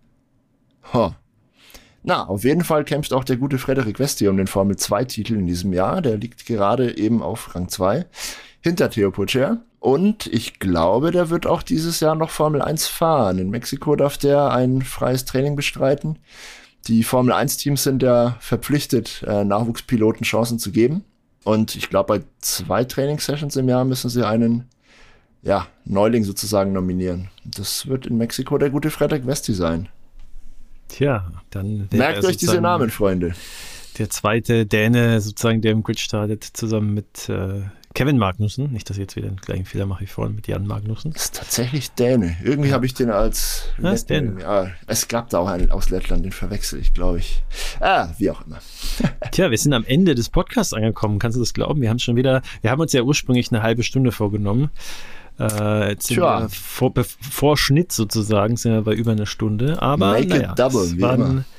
Huh. Na, auf jeden Fall kämpft auch der gute Frederik Vesti um den Formel zwei Titel in diesem Jahr. Der liegt gerade eben auf Rang zwei hinter Theo Pourchaire. Und ich glaube, der wird auch dieses Jahr noch Formel eins fahren. In Mexiko darf der ein freies Training bestreiten. Die Formel eins Teams sind ja verpflichtet, Nachwuchspiloten Chancen zu geben. Und ich glaube, bei zwei Trainingssessions im Jahr müssen sie einen ja, Neuling sozusagen nominieren. Das wird in Mexiko der gute Frederik Vesti sein. Tja, dann... Merkt euch diese Namen, Freunde. Der zweite Däne sozusagen, der im Grid startet, zusammen mit äh, Kevin Magnussen. Nicht, dass ich jetzt wieder den gleichen Fehler mache wie vorhin mit Jan Magnussen. Das ist tatsächlich Däne. Irgendwie ja. habe ich den als... Ja, ist Däne. Ja, es gab da auch einen aus Lettland, den verwechsel ich, glaube ich. Ah, wie auch immer. Tja, wir sind am Ende des Podcasts angekommen. Kannst du das glauben? Wir haben schon wieder... Wir haben uns ja ursprünglich eine halbe Stunde vorgenommen. Äh, jetzt sind wir vor, vor Schnitt sozusagen sind wir bei über einer Stunde. Aber Make naja, it double, es wie waren immer.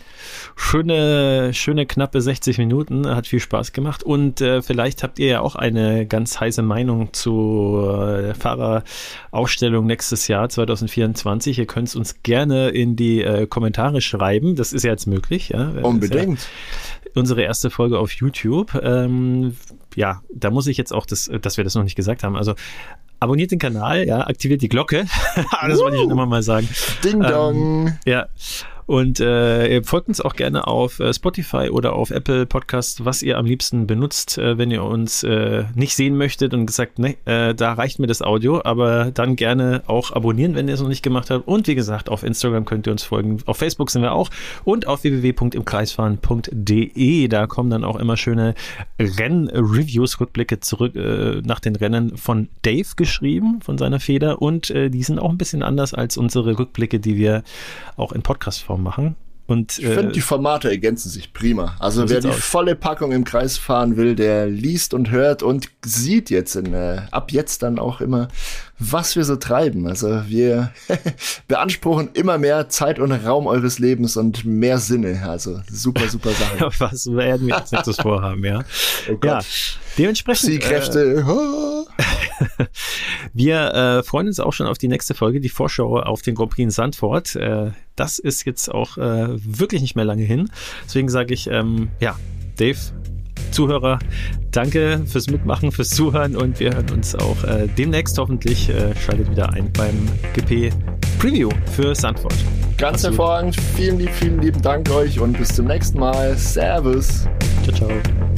Schöne, schöne knappe sechzig Minuten, hat viel Spaß gemacht und äh, vielleicht habt ihr ja auch eine ganz heiße Meinung zur äh, Fahrerausstellung nächstes Jahr zwanzig vierundzwanzig. Ihr könnt es uns gerne in die äh, Kommentare schreiben, das ist ja jetzt möglich. Ja? Unbedingt. Ja unsere erste Folge auf YouTube. Ähm, ja, da muss ich jetzt auch, das, dass wir das noch nicht gesagt haben, also abonniert den Kanal, ja, aktiviert die Glocke, das wollte ich schon immer mal sagen. Ding Dong. Ähm, ja. Und äh, ihr folgt uns auch gerne auf äh, Spotify oder auf Apple Podcast, was ihr am liebsten benutzt, äh, wenn ihr uns äh, nicht sehen möchtet und gesagt, ne, äh, da reicht mir das Audio, aber dann gerne auch abonnieren, wenn ihr es noch nicht gemacht habt. Und wie gesagt, auf Instagram könnt ihr uns folgen, auf Facebook sind wir auch und auf w w w punkt im kreisfahren punkt d e. Da kommen dann auch immer schöne Renn-Reviews, Rückblicke zurück äh, nach den Rennen von Dave geschrieben, von seiner Feder und äh, die sind auch ein bisschen anders als unsere Rückblicke, die wir auch in Podcast-Form machen. Und, ich finde, äh, die Formate ergänzen sich prima. Also wer die aus. volle Packung im Kreis fahren will, der liest und hört und sieht jetzt in, äh, ab jetzt dann auch immer, was wir so treiben. Also wir beanspruchen immer mehr Zeit und Raum eures Lebens und mehr Sinne. Also super, super Sache. Was werden wir als nächstes vorhaben, ja? Oh Gott. Ja, dementsprechend. Zielkräfte. Äh, wir äh, freuen uns auch schon auf die nächste Folge, die Vorschau auf den Grand Prix in Zandvoort. Äh, das ist jetzt auch äh, wirklich nicht mehr lange hin. Deswegen sage ich, ähm, ja, Dave, Zuhörer, danke fürs Mitmachen, fürs Zuhören und wir hören uns auch äh, demnächst hoffentlich. Äh, schaltet wieder ein beim G P Preview für Zandvoort. Ganz hervorragend. Vielen, vielen lieben Dank euch und bis zum nächsten Mal. Servus. Ciao, ciao.